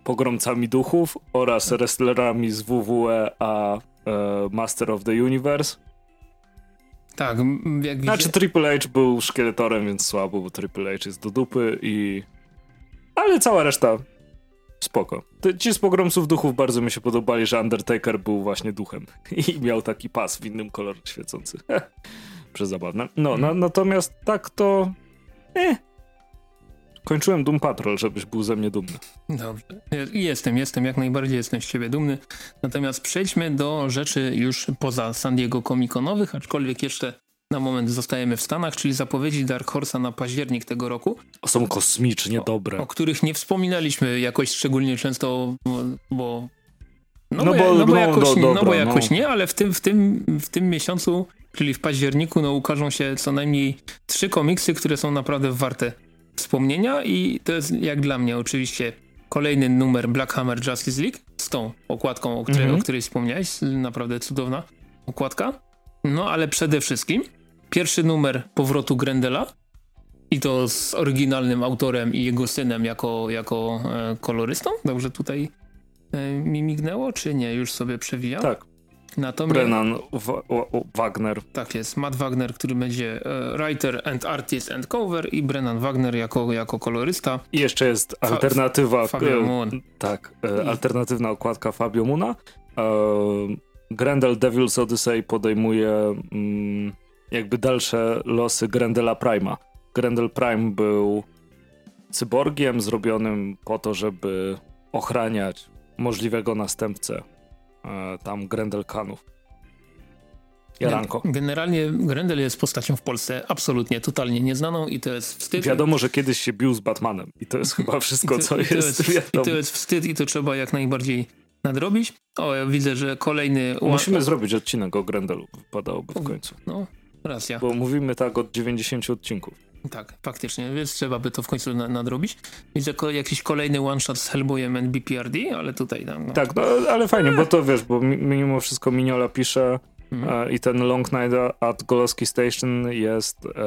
pogromcami duchów oraz wrestlerami z W W E a e, Master of the Universe. Tak, jak Znaczy widzę... Triple H był szkieletorem, więc słabo, bo Triple H jest do dupy i... Ale cała reszta spoko. Ci z pogromców duchów bardzo mi się podobali, że Undertaker był właśnie duchem i miał taki pas w innym kolorze świecący. Przezabawne. No, hmm. na, natomiast tak to... Eh. Kończyłem Doom Patrol, żebyś był ze mnie dumny. Dobrze. Jestem, jestem, jak najbardziej jestem z ciebie dumny. Natomiast przejdźmy do rzeczy już poza San Diego Comic-Conowych, aczkolwiek jeszcze na moment zostajemy w Stanach, czyli zapowiedzi Dark Horse'a na październik tego roku. Są kosmicznie dobre. O, o których nie wspominaliśmy jakoś szczególnie często, bo... bo no, no, bo, bo, no, bo no, jakoś, do, no, dobra, bo jakoś no. nie, ale w tym, w, tym, w tym miesiącu, czyli w październiku, no ukażą się co najmniej trzy komiksy, które są naprawdę warte wspomnienia i to jest jak dla mnie oczywiście kolejny numer Black Hammer Justice League z tą okładką, o której, mm-hmm. o której wspomniałeś, naprawdę cudowna okładka. No ale przede wszystkim pierwszy numer powrotu Grendela i to z oryginalnym autorem i jego synem jako, jako e, kolorystą. Dobrze tutaj e, mi mignęło, czy nie? Już sobie przewijam. Tak. Natomiast, Brennan w- w- Wagner. Tak jest, Matt Wagner, który będzie e, writer and artist and cover i Brennan Wagner jako, jako kolorysta. I jeszcze jest alternatywa. Fa- Fabio Moon. E, tak, e, I... alternatywna okładka Fabio Moona. E, Grendel Devil's Odyssey podejmuje mm, jakby dalsze losy Grendela Prima. Grendel Prime był cyborgiem zrobionym po to, żeby ochraniać możliwego następcę e, tam Grendel Khanów. Jaranko. Generalnie Grendel jest postacią w Polsce absolutnie, totalnie nieznaną i to jest wstyd. Wiadomo, że kiedyś się bił z Batmanem i to jest chyba wszystko, to, co jest, jest wiadomo. I to jest wstyd i to trzeba jak najbardziej nadrobić. O, ja widzę, że kolejny... Musimy zrobić odcinek o Grendelu, wypadałoby w końcu. No, racja. Bo mówimy tak od dziewięćdziesięciu odcinków. Tak, faktycznie, więc trzeba by to w końcu na, nadrobić. Widzę ko- jakiś kolejny one-shot z Hellboyem and B P R D, ale tutaj... No, no. Tak, no ale fajnie, bo to wiesz, bo mimo wszystko Mignola pisze mhm. e, i ten Long Night at Golowski Station jest e,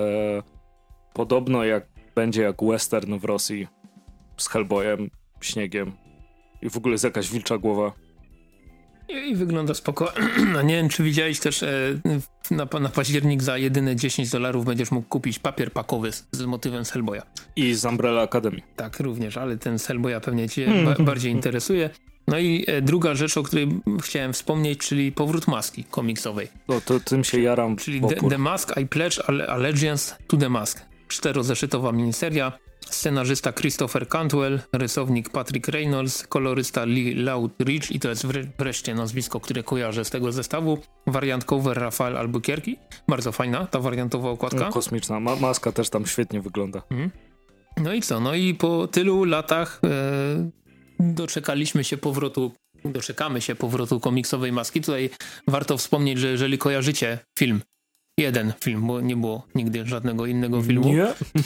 podobno jak będzie jak western w Rosji z Hellboyem, śniegiem i w ogóle jest jakaś wilcza głowa. I, i wygląda spoko. A nie wiem, czy widziałeś też e, na, na październik za jedyne dziesięć dolarów będziesz mógł kupić papier pakowy z, z motywem z Hellboya. I z Umbrella Academy. Tak, również, ale ten z Hellboya pewnie cię mm. ba- bardziej interesuje. No i e, druga rzecz, o której chciałem wspomnieć, czyli powrót maski komiksowej. No to tym się jaram. Czyli the, the Mask I Pledge Allegiance to the Mask. Czterozeszytowa miniseria. Scenarzysta Christopher Cantwell, rysownik Patrick Reynolds, kolorysta Lee Loudridge i to jest wreszcie nazwisko, które kojarzę z tego zestawu. Wariant cover Rafael Albuquerque. Bardzo fajna ta wariantowa okładka. No, kosmiczna. Ma- maska też tam świetnie wygląda. Mhm. No i co? No i po tylu latach e, doczekaliśmy się powrotu, doczekamy się powrotu komiksowej maski. Tutaj warto wspomnieć, że jeżeli kojarzycie film, jeden film, bo nie było nigdy żadnego innego filmu. Nie?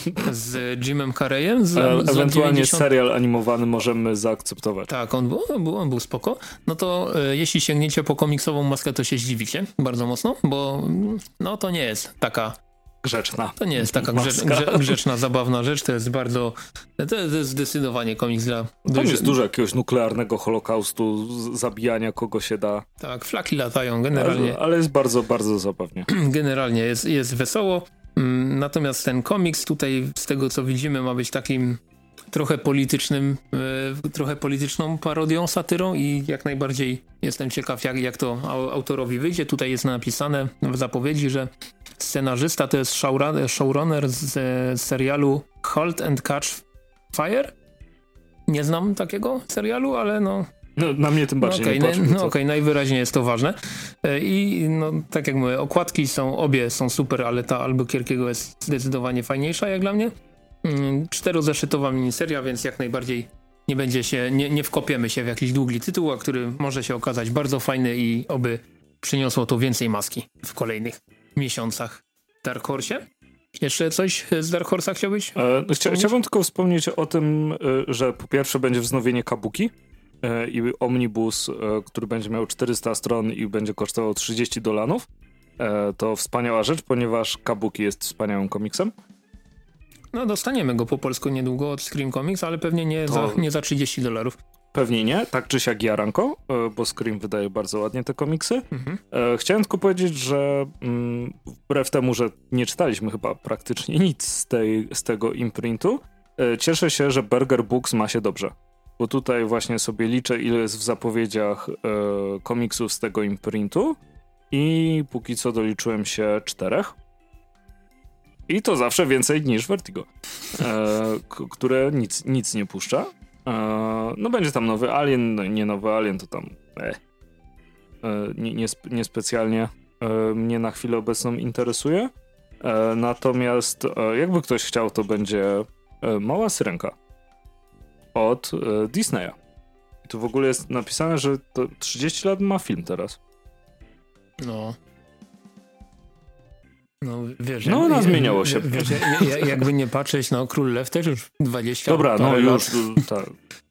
Z Jimem Carreyem. Z, e, z ewentualnie dziewięćdziesiątych serial animowany możemy zaakceptować. Tak, on był, on był, on był spoko. No to e, jeśli sięgniecie po komiksową maskę, to się zdziwicie bardzo mocno, bo no to nie jest taka grzeczna. To nie jest taka grze, grze, grzeczna, zabawna rzecz, to jest bardzo, to jest zdecydowanie komiks dla... Tam jest dużo jakiegoś nuklearnego holokaustu, zabijania kogo się da. Tak, flaki latają generalnie. Ale, ale jest bardzo, bardzo zabawnie. Generalnie jest, jest wesoło, natomiast ten komiks tutaj z tego co widzimy ma być takim trochę politycznym, e, trochę polityczną parodią, satyrą i jak najbardziej jestem ciekaw jak, jak to autorowi wyjdzie. Tutaj jest napisane w zapowiedzi, że scenarzysta to jest showrunner z, z serialu Halt and Catch Fire. Nie znam takiego serialu, ale no... No, na mnie tym bardziej no okay, nie patrzę. No okej, okay, najwyraźniej jest to ważne. I no, tak jak mówię, okładki są, obie są super, ale ta Albuquerque'ego jest zdecydowanie fajniejsza jak dla mnie. Czterozeszytowa miniseria, więc jak najbardziej nie będzie się, nie, nie wkopiemy się w jakiś długi tytuł, a który może się okazać bardzo fajny i oby przyniosło to więcej maski w kolejnych miesiącach. Dark Horse'ie? Jeszcze coś z Dark Horse'a chciałbyś? E, chcia, chciałbym tylko wspomnieć o tym, że po pierwsze będzie wznowienie Kabuki e, i omnibus, e, który będzie miał czterysta stron i będzie kosztował trzydzieści dolarów. E, to wspaniała rzecz, ponieważ Kabuki jest wspaniałym komiksem. No dostaniemy go po polsku niedługo od Scream Comics, ale pewnie nie, to... za, nie za trzydzieści dolarów. pewnie nie, tak czy siak jaranko, bo Scream wydaje bardzo ładnie te komiksy. Mhm. Chciałem tylko powiedzieć, że mm, wbrew temu, że nie czytaliśmy chyba praktycznie nic z, tej, z tego imprintu, cieszę się, że Burger Books ma się dobrze. Bo tutaj właśnie sobie liczę, ile jest w zapowiedziach e, komiksów z tego imprintu i póki co doliczyłem się czterech. I to zawsze więcej niż Vertigo, e, k- które nic, nic nie puszcza. E, no będzie tam nowy Alien, no nie nowy Alien, to tam e, e, nie, nie, nie specjalnie e, mnie na chwilę obecną interesuje. E, natomiast e, jakby ktoś chciał, to będzie e, Mała Syrenka od e, Disneya. I tu w ogóle jest napisane, że to trzydzieści lat ma film teraz. No. No, wiesz, no, ona zmieniało się. Wiesz, jakby nie patrzeć, no Król Lew też już dwadzieścia Dobra, no już, tak.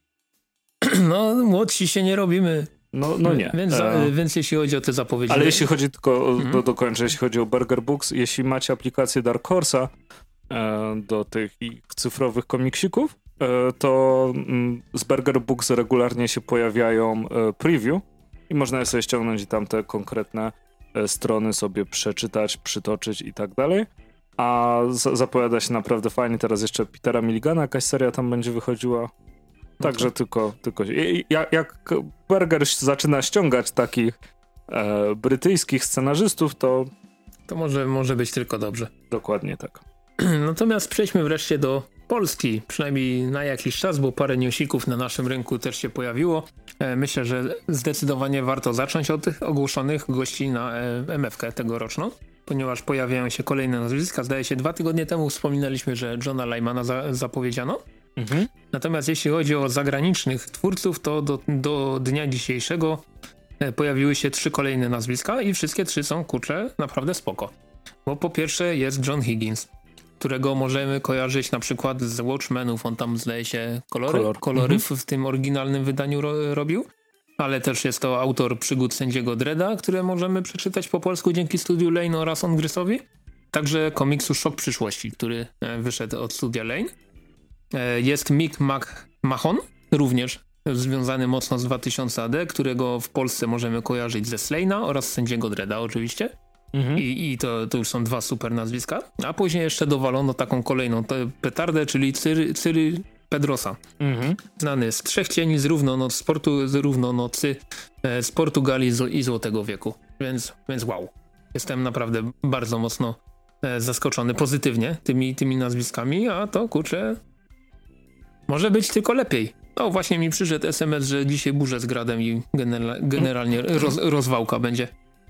No, młodsi się nie robimy. No, no nie. Więc, e... więc jeśli chodzi o te zapowiedzi... Ale jeśli chodzi tylko, mhm. do, dokończę, jeśli chodzi o Burger Books, jeśli macie aplikację Dark Horse'a e, do tych cyfrowych komiksików, e, to m, z Burger Books regularnie się pojawiają e, preview i można sobie ściągnąć i tam te konkretne strony sobie przeczytać, przytoczyć i tak dalej, a z- zapowiada się naprawdę fajnie. Teraz jeszcze Petera Milligana jakaś seria tam będzie wychodziła, także okay. tylko, tylko I, jak, jak Burger zaczyna ściągać takich e, brytyjskich scenarzystów, to to może, może być tylko dobrze. Dokładnie tak. Natomiast przejdźmy wreszcie do Polski, przynajmniej na jakiś czas, bo parę newsików na naszym rynku też się pojawiło. Myślę, że zdecydowanie warto zacząć od tych ogłoszonych gości na em ef kę tegoroczną, ponieważ pojawiają się kolejne nazwiska. Zdaje się, dwa tygodnie temu wspominaliśmy, że Johna Lymana za- zapowiedziano. Mhm. Natomiast jeśli chodzi o zagranicznych twórców, to do, do dnia dzisiejszego pojawiły się trzy kolejne nazwiska i wszystkie trzy są, kurczę, naprawdę spoko. Bo po pierwsze jest John Higgins, którego możemy kojarzyć na przykład z Watchmenów. On tam, zdaje się, kolory, Kolor. kolory mhm. w, w tym oryginalnym wydaniu ro, robił. Ale też jest to autor przygód sędziego Dredda, które możemy przeczytać po polsku dzięki studiu Lane oraz Ongrysowi. Także komiksu Szok przyszłości, który wyszedł od studia Lane. Jest Mick McMahon, również związany mocno z dwa tysiące A D, którego w Polsce możemy kojarzyć ze Slane'a oraz sędziego Dredda oczywiście. Mhm. I, i to, to już są dwa super nazwiska. A później jeszcze dowalono taką kolejną petardę, czyli Cyry, Cyry Pedrosa. Mhm. Znany z Trzech Cieni, z, równonoc, sportu, z Równonocy, e, z Portugalii z, i Złotego Wieku. Więc, więc wow. Jestem naprawdę bardzo mocno e, zaskoczony pozytywnie tymi, tymi nazwiskami, a to kurczę może być tylko lepiej. No właśnie mi przyszedł es em es, że dzisiaj burzę z gradem i genera- generalnie roz, rozwałka będzie.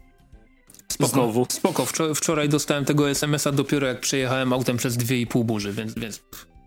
Spoko, Znowu. Spoko. Wczor- wczoraj dostałem tego es em es a dopiero jak przejechałem autem przez dwie i pół burzy, więc... więc...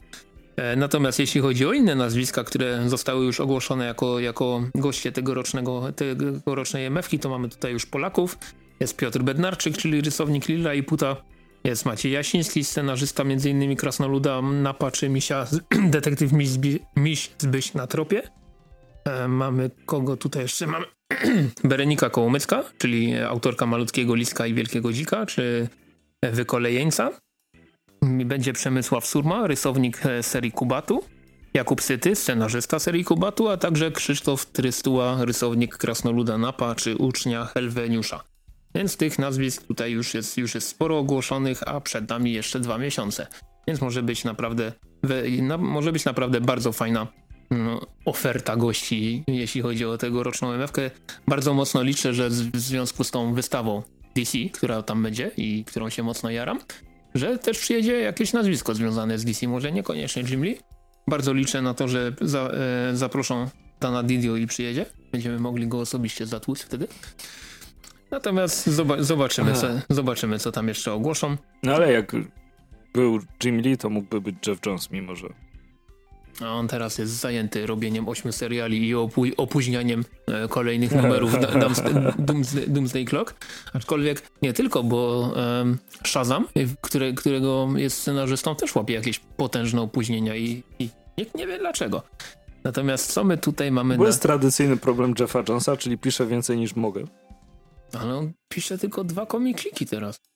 E, natomiast jeśli chodzi o inne nazwiska, które zostały już ogłoszone jako, jako goście tegorocznego, tegorocznej em ef ki, to mamy tutaj już Polaków. Jest Piotr Bednarczyk, czyli rysownik Lila i Puta. Jest Maciej Jasiński, scenarzysta między innymi Krasnoluda, Napa czy Misia, detektyw Miś, Zbi- Miś Zbyś na tropie. E, mamy kogo tutaj jeszcze? Mamy Berenika Kołomycka, czyli autorka Malutkiego Liska i Wielkiego Dzika, czy Wykolejeńca. Będzie Przemysław Surma, rysownik serii Kubatu. Jakub Syty, scenarzysta serii Kubatu, a także Krzysztof Trystuła, rysownik Krasnoluda Napa, czy ucznia Helweniusza. Więc tych nazwisk tutaj już jest, już jest sporo ogłoszonych, a przed nami jeszcze dwa miesiące. Więc może być naprawdę, na, może być naprawdę bardzo fajna no, oferta gości, jeśli chodzi o tegoroczną em ef kę. Bardzo mocno liczę, że z, w związku z tą wystawą D C, która tam będzie i którą się mocno jaram, że też przyjedzie jakieś nazwisko związane z D C, może niekoniecznie Jim Lee. Bardzo liczę na to, że za, e, zaproszą Dana Didio i przyjedzie. Będziemy mogli go osobiście zatłuc wtedy. Natomiast zoba- zobaczymy, co, zobaczymy, co tam jeszcze ogłoszą. No ale jak był Jim Lee, to mógłby być Jeff Jones, mimo że... A on teraz jest zajęty robieniem ośmiu seriali i opó- opóźnianiem e, kolejnych numerów Doomsday, Doomsday, Doomsday Clock. Aczkolwiek nie tylko, bo e, Shazam, który, którego jest scenarzystą, też łapie jakieś potężne opóźnienia i, i nikt nie wie dlaczego. Natomiast co my tutaj mamy... Bo na... jest tradycyjny problem Jeffa Jonesa, czyli pisze więcej niż mogę. Ale on pisze tylko dwa komiksiki teraz.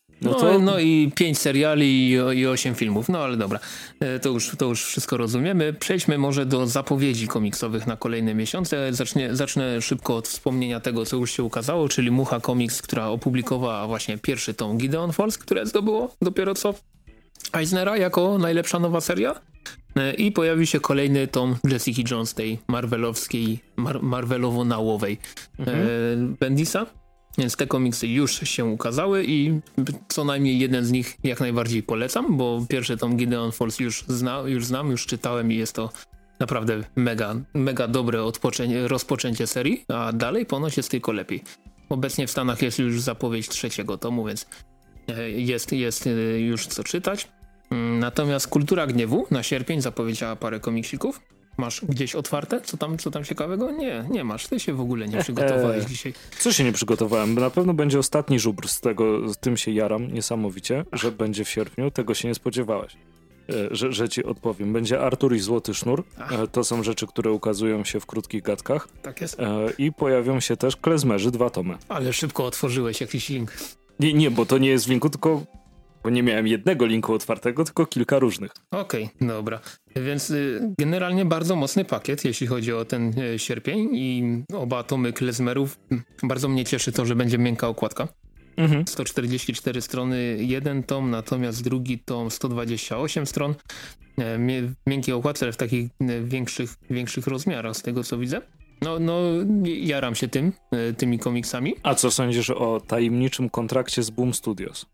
No, no, to... no i pięć seriali i, i osiem filmów, no ale dobra, to już, to już wszystko rozumiemy. Przejdźmy może do zapowiedzi komiksowych na kolejne miesiące. Zacznę, zacznę szybko od wspomnienia tego, co już się ukazało, czyli Mucha Comics, która opublikowała właśnie pierwszy tom Gideon Falls, które zdobyło dopiero co Eisnera jako najlepsza nowa seria. I pojawi się kolejny tom Jessica Jones, tej marvelowskiej, mar- marvelowo-nałowej mhm. e, Bendisa. Więc te komiksy już się ukazały i co najmniej jeden z nich jak najbardziej polecam, bo pierwszy tom Gideon Falls już, zna, już znam, już czytałem i jest to naprawdę mega, mega dobre odpoczęcie, rozpoczęcie serii, a dalej ponoć jest tylko lepiej. Obecnie w Stanach jest już zapowiedź trzeciego tomu, więc jest, jest już co czytać. Natomiast Kultura Gniewu na sierpień zapowiedziała parę komiksików. Masz gdzieś otwarte? Co tam, co tam ciekawego? Nie, nie masz. Ty się w ogóle nie przygotowałeś eee, dzisiaj. Co się nie przygotowałem? Na pewno będzie ostatni żubr z tego, z tym się jaram niesamowicie, że będzie w sierpniu. Tego się nie spodziewałeś, e, że, że ci odpowiem. Będzie Artur i Złoty Sznur. E, to są rzeczy, które ukazują się w krótkich gadkach. Tak jest. E, I pojawią się też Klezmerzy, dwa tomy. Ale szybko otworzyłeś jakiś link. Nie, nie, bo to nie jest w linku, tylko... Bo nie miałem jednego linku otwartego, tylko kilka różnych. Okej, okay, dobra. Więc y, generalnie bardzo mocny pakiet, jeśli chodzi o ten y, sierpień i oba tomy Klezmerów. Bardzo mnie cieszy to, że będzie miękka okładka. Mhm. sto czterdzieści cztery strony jeden tom, natomiast drugi tom sto dwadzieścia osiem stron. W miękkiej okładce, ale w takich większych, większych rozmiarach z tego co widzę. No, no jaram się tym, tymi komiksami. A co sądzisz o tajemniczym kontrakcie z Boom Studios?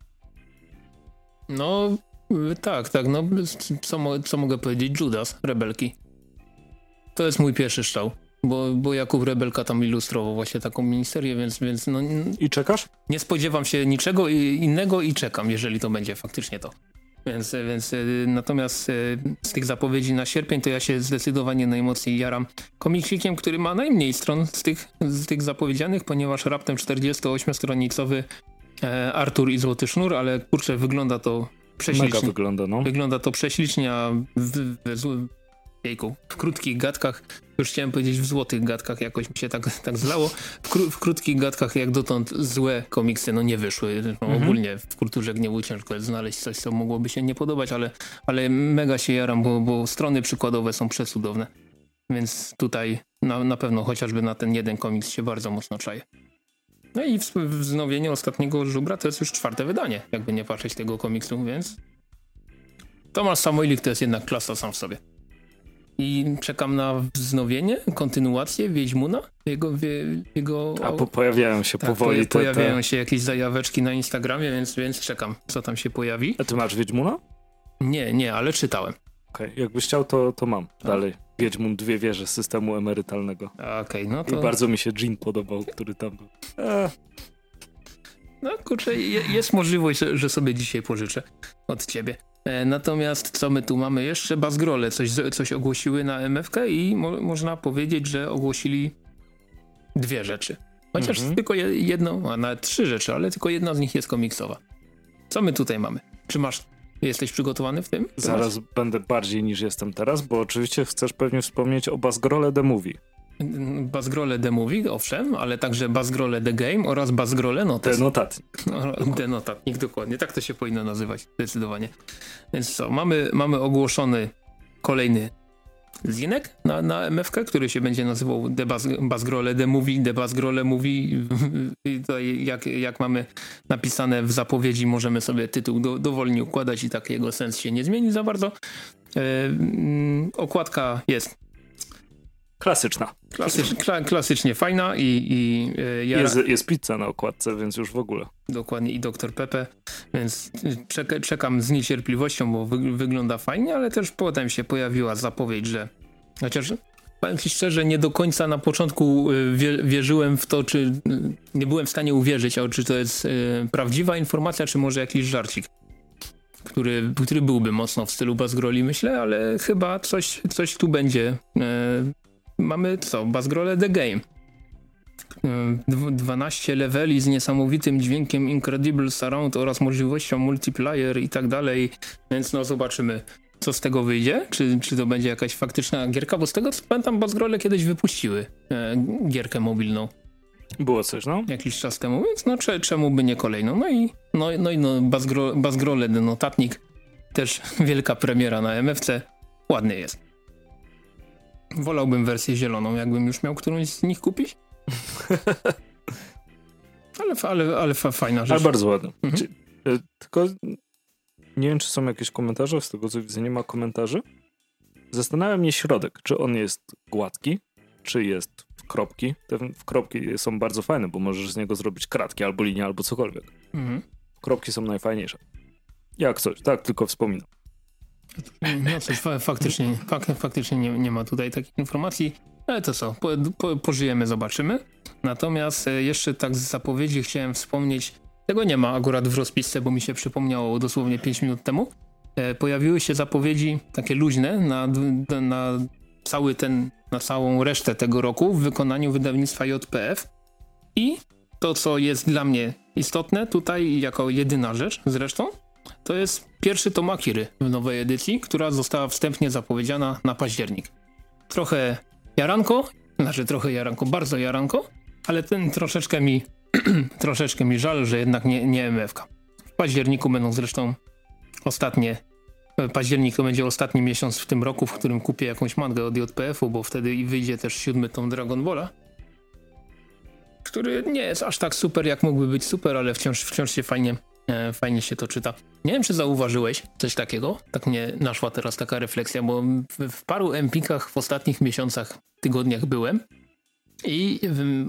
No tak, tak, no co, mo- co mogę powiedzieć? Judas, Rebelki. To jest mój pierwszy strzał, bo, bo Jakub Rebelka tam ilustrował właśnie taką miniserię, więc, więc no... I czekasz? Nie spodziewam się niczego innego i czekam, jeżeli to będzie faktycznie to. Więc, więc natomiast z tych zapowiedzi na sierpień to ja się zdecydowanie najmocniej jaram komiksikiem, który ma najmniej stron z tych, z tych zapowiedzianych, ponieważ raptem czterdziestoośmiostronicowy Artur i Złoty Sznur, ale kurczę, wygląda to prześlicznie. Mega wygląda, no. Wygląda to prześlicznie, a w, w, w, jejku, w krótkich gadkach, już chciałem powiedzieć w złotych gadkach, jakoś mi się tak, tak zlało, w, kró, w krótkich gadkach jak dotąd złe komiksy no nie wyszły. No, mhm. Ogólnie w Kulturze Gniewu ciężko jest znaleźć coś, co mogłoby się nie podobać, ale, ale mega się jaram, bo, bo strony przykładowe są przecudowne. Więc tutaj na, na pewno chociażby na ten jeden komiks się bardzo mocno czaję. No i wznowienie ostatniego żubra to jest już czwarte wydanie, jakby nie patrzeć tego komiksu, więc Tomasz Samoilik to jest jednak klasa sam w sobie. I czekam na wznowienie, kontynuację Wiedźmuna, jego... jego A po, pojawiają się tak, powoli po, Pojawiają te... się jakieś zajaweczki na Instagramie, więc, więc czekam, co tam się pojawi. A ty masz Wiedźmuna? Nie, nie, ale czytałem. Okej, okay. Jakbyś chciał, to, to mam A. dalej. Wiedźmun Dwie Wieże systemu emerytalnego. Okej, okay, no to... I bardzo mi się Jean podobał, który tam był. Eee. No kurczę, je, jest możliwość, że, że sobie dzisiaj pożyczę od ciebie. E, natomiast co my tu mamy jeszcze? Bazgrole coś, coś ogłosiły na em ef kę i mo, można powiedzieć, że ogłosili dwie rzeczy. Chociaż mhm. tylko jedno, a nawet trzy rzeczy, ale tylko jedna z nich jest komiksowa. Co my tutaj mamy? Czy masz... Jesteś przygotowany w tym? Zaraz masz? Będę bardziej niż jestem teraz, bo oczywiście chcesz pewnie wspomnieć o Bazgrole The Movie. Bazgrole The Movie, owszem, ale także Bazgrole The Game oraz Bazgrole Notes. Denotatnik. No, Denotatnik, dokładnie. Tak to się powinno nazywać, zdecydowanie. Więc co, mamy, mamy ogłoszony kolejny zinek na, na em ef kę, który się będzie nazywał The Baz, Bazgrole The Movie, The Bazgrole Movie. I tutaj jak, jak mamy napisane w zapowiedzi, możemy sobie tytuł do, dowolnie układać i tak jego sens się nie zmieni za bardzo. E, mm, okładka jest klasyczna. Klasycz, kla, klasycznie fajna i... i e, ja... jest, jest pizza na okładce, więc już w ogóle. Dokładnie i doktor Pepe, więc czek, czekam z niecierpliwością, bo wy, wygląda fajnie, ale też potem się pojawiła zapowiedź, że chociaż powiem ci szczerze, nie do końca na początku wie, wierzyłem w to, czy nie byłem w stanie uwierzyć, a czy to jest y, prawdziwa informacja, czy może jakiś żarcik, który, który byłby mocno w stylu Bazgroli, myślę, ale chyba coś, coś tu będzie. Y, mamy co? Bazgrole The Game. dwanaście leveli z niesamowitym dźwiękiem Incredible Surround oraz możliwością multiplayer i tak dalej, więc no zobaczymy, co z tego wyjdzie, czy, czy to będzie jakaś faktyczna gierka, bo z tego co pamiętam Bazgrole kiedyś wypuściły e, gierkę mobilną. Było coś, no. Jakiś czas temu, więc no cze, czemu by nie kolejną. No i no, no, i no Basgro, Basgrole notatnik, też wielka premiera na M F C. Ładny jest. Wolałbym wersję zieloną, jakbym już miał którąś z nich kupić. ale ale, ale fa, fajna rzecz. Ale bardzo ładna. Mhm. Czy, y, tylko nie wiem, czy są jakieś komentarze, z tego co widzę nie ma komentarzy. Zastanawia mnie środek, czy on jest gładki, czy jest w kropki. Te w kropki są bardzo fajne, bo możesz z niego zrobić kratki albo linię, albo cokolwiek. Mhm. Kropki są najfajniejsze. Jak coś, tak, tylko wspominam. No coś, fa- faktycznie, fak- faktycznie nie, nie ma tutaj takich informacji, ale to co, po, po, pożyjemy, zobaczymy. Natomiast e, jeszcze tak z zapowiedzi chciałem wspomnieć, tego nie ma akurat w rozpisce, bo mi się przypomniało dosłownie pięć minut temu. E, pojawiły się zapowiedzi takie luźne na, na cały ten, na całą resztę tego roku w wykonaniu wydawnictwa J P F i to, co jest dla mnie istotne tutaj jako jedyna rzecz zresztą, to jest pierwszy tom Akiry w nowej edycji, która została wstępnie zapowiedziana na październik. Trochę jaranko, znaczy trochę jaranko, bardzo jaranko, ale ten troszeczkę mi troszeczkę mi żal, że jednak nie, nie M F K. W październiku będą zresztą ostatnie, październik to będzie ostatni miesiąc w tym roku, w którym kupię jakąś mangę od J P F-u, bo wtedy i wyjdzie też siódmy tom Dragon Balla, który nie jest aż tak super, jak mógłby być super, ale wciąż, wciąż się fajnie E, fajnie się to czyta. Nie wiem, czy zauważyłeś coś takiego? Tak mnie naszła teraz taka refleksja, bo w, w paru empikach w ostatnich miesiącach, tygodniach byłem i w,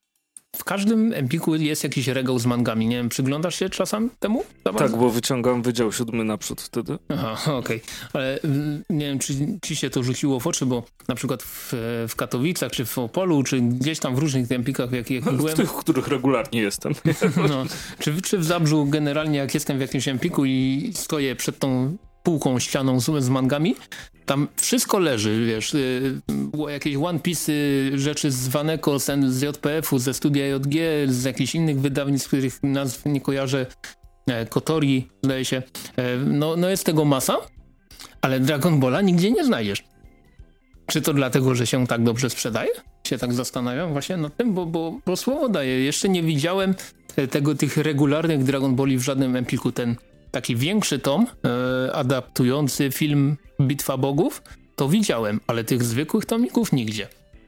w każdym empiku jest jakiś regał z mangami. Nie wiem, przyglądasz się czasem temu? Tak, bo wyciągam wydział siódmy naprzód wtedy. Aha, okej. Okay. Ale nie wiem, czy ci się to rzuciło w oczy, bo na przykład w, w Katowicach, czy w Opolu, czy gdzieś tam w różnych empikach, w jakich w byłem. tych, w których regularnie jestem. No, czy, czy w Zabrzu generalnie, jak jestem w jakimś empiku i stoję przed tą półką, ścianą z, z mangami, tam wszystko leży, wiesz, y, jakieś One Piece, rzeczy z Waneko, z J P F-u, ze Studia J G, z jakichś innych wydawnictw, których nazw nie kojarzę, e, Kotori, zdaje się. E, no, no jest tego masa, ale Dragon Balla nigdzie nie znajdziesz. Czy to dlatego, że się tak dobrze sprzedaje? Się tak zastanawiam właśnie nad tym, bo, bo, bo słowo daję. Jeszcze nie widziałem tego, tych regularnych Dragon Balli w żadnym empiku. Ten taki większy tom, e, adaptujący film Bitwa Bogów, to widziałem, ale tych zwykłych tomików nigdzie.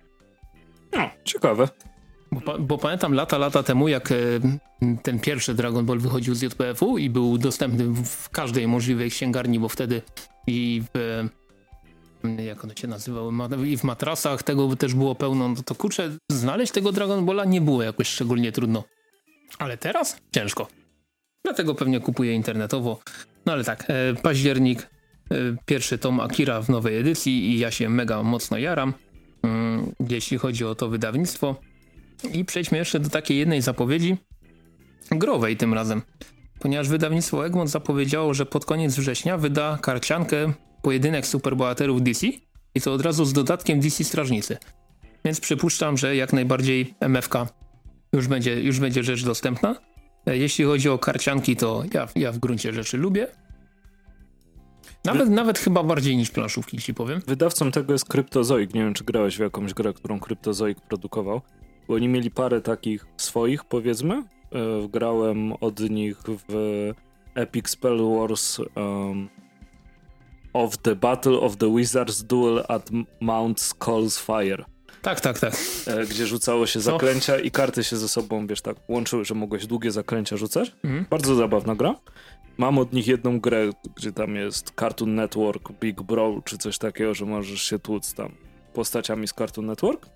No, ciekawe. Bo, bo pamiętam lata, lata temu, jak e, ten pierwszy Dragon Ball wychodził z J P F-u i był dostępny w każdej możliwej księgarni, bo wtedy i w, jak one się nazywały, i w matrasach tego też było pełno, no to kurczę, znaleźć tego Dragon Balla nie było jakoś szczególnie trudno. Ale teraz ciężko. Dlatego pewnie kupuję internetowo. No ale tak, e, październik, e, pierwszy tom Akira w nowej edycji i ja się mega mocno jaram, mm, jeśli chodzi o to wydawnictwo. I przejdźmy jeszcze do takiej jednej zapowiedzi, growej tym razem. Ponieważ wydawnictwo Egmont zapowiedziało, że pod koniec września wyda karciankę Pojedynek superbohaterów D C i to od razu z dodatkiem D C Strażnicy. Więc przypuszczam, że jak najbardziej M F K już będzie, już będzie rzecz dostępna. Jeśli chodzi o karcianki, to ja, ja w gruncie rzeczy lubię. Nawet, Wy... nawet chyba bardziej niż planszówki, ci powiem. Wydawcą tego jest Cryptozoic. Nie wiem, czy grałeś w jakąś grę, którą Cryptozoic produkował. Bo oni mieli parę takich swoich, powiedzmy. Yy, grałem od nich w Epic Spell Wars um, of the Battle of the Wizards Duel at Mount Skull's Fire. Tak, tak, tak. E, gdzie rzucało się zaklęcia no. i karty się ze sobą, wiesz, tak łączyły, że mogłeś długie zaklęcia rzucać. Mhm. Bardzo zabawna gra. Mam od nich jedną grę, gdzie tam jest Cartoon Network, Big Brawl, czy coś takiego, że możesz się tłuc tam postaciami z Cartoon Network.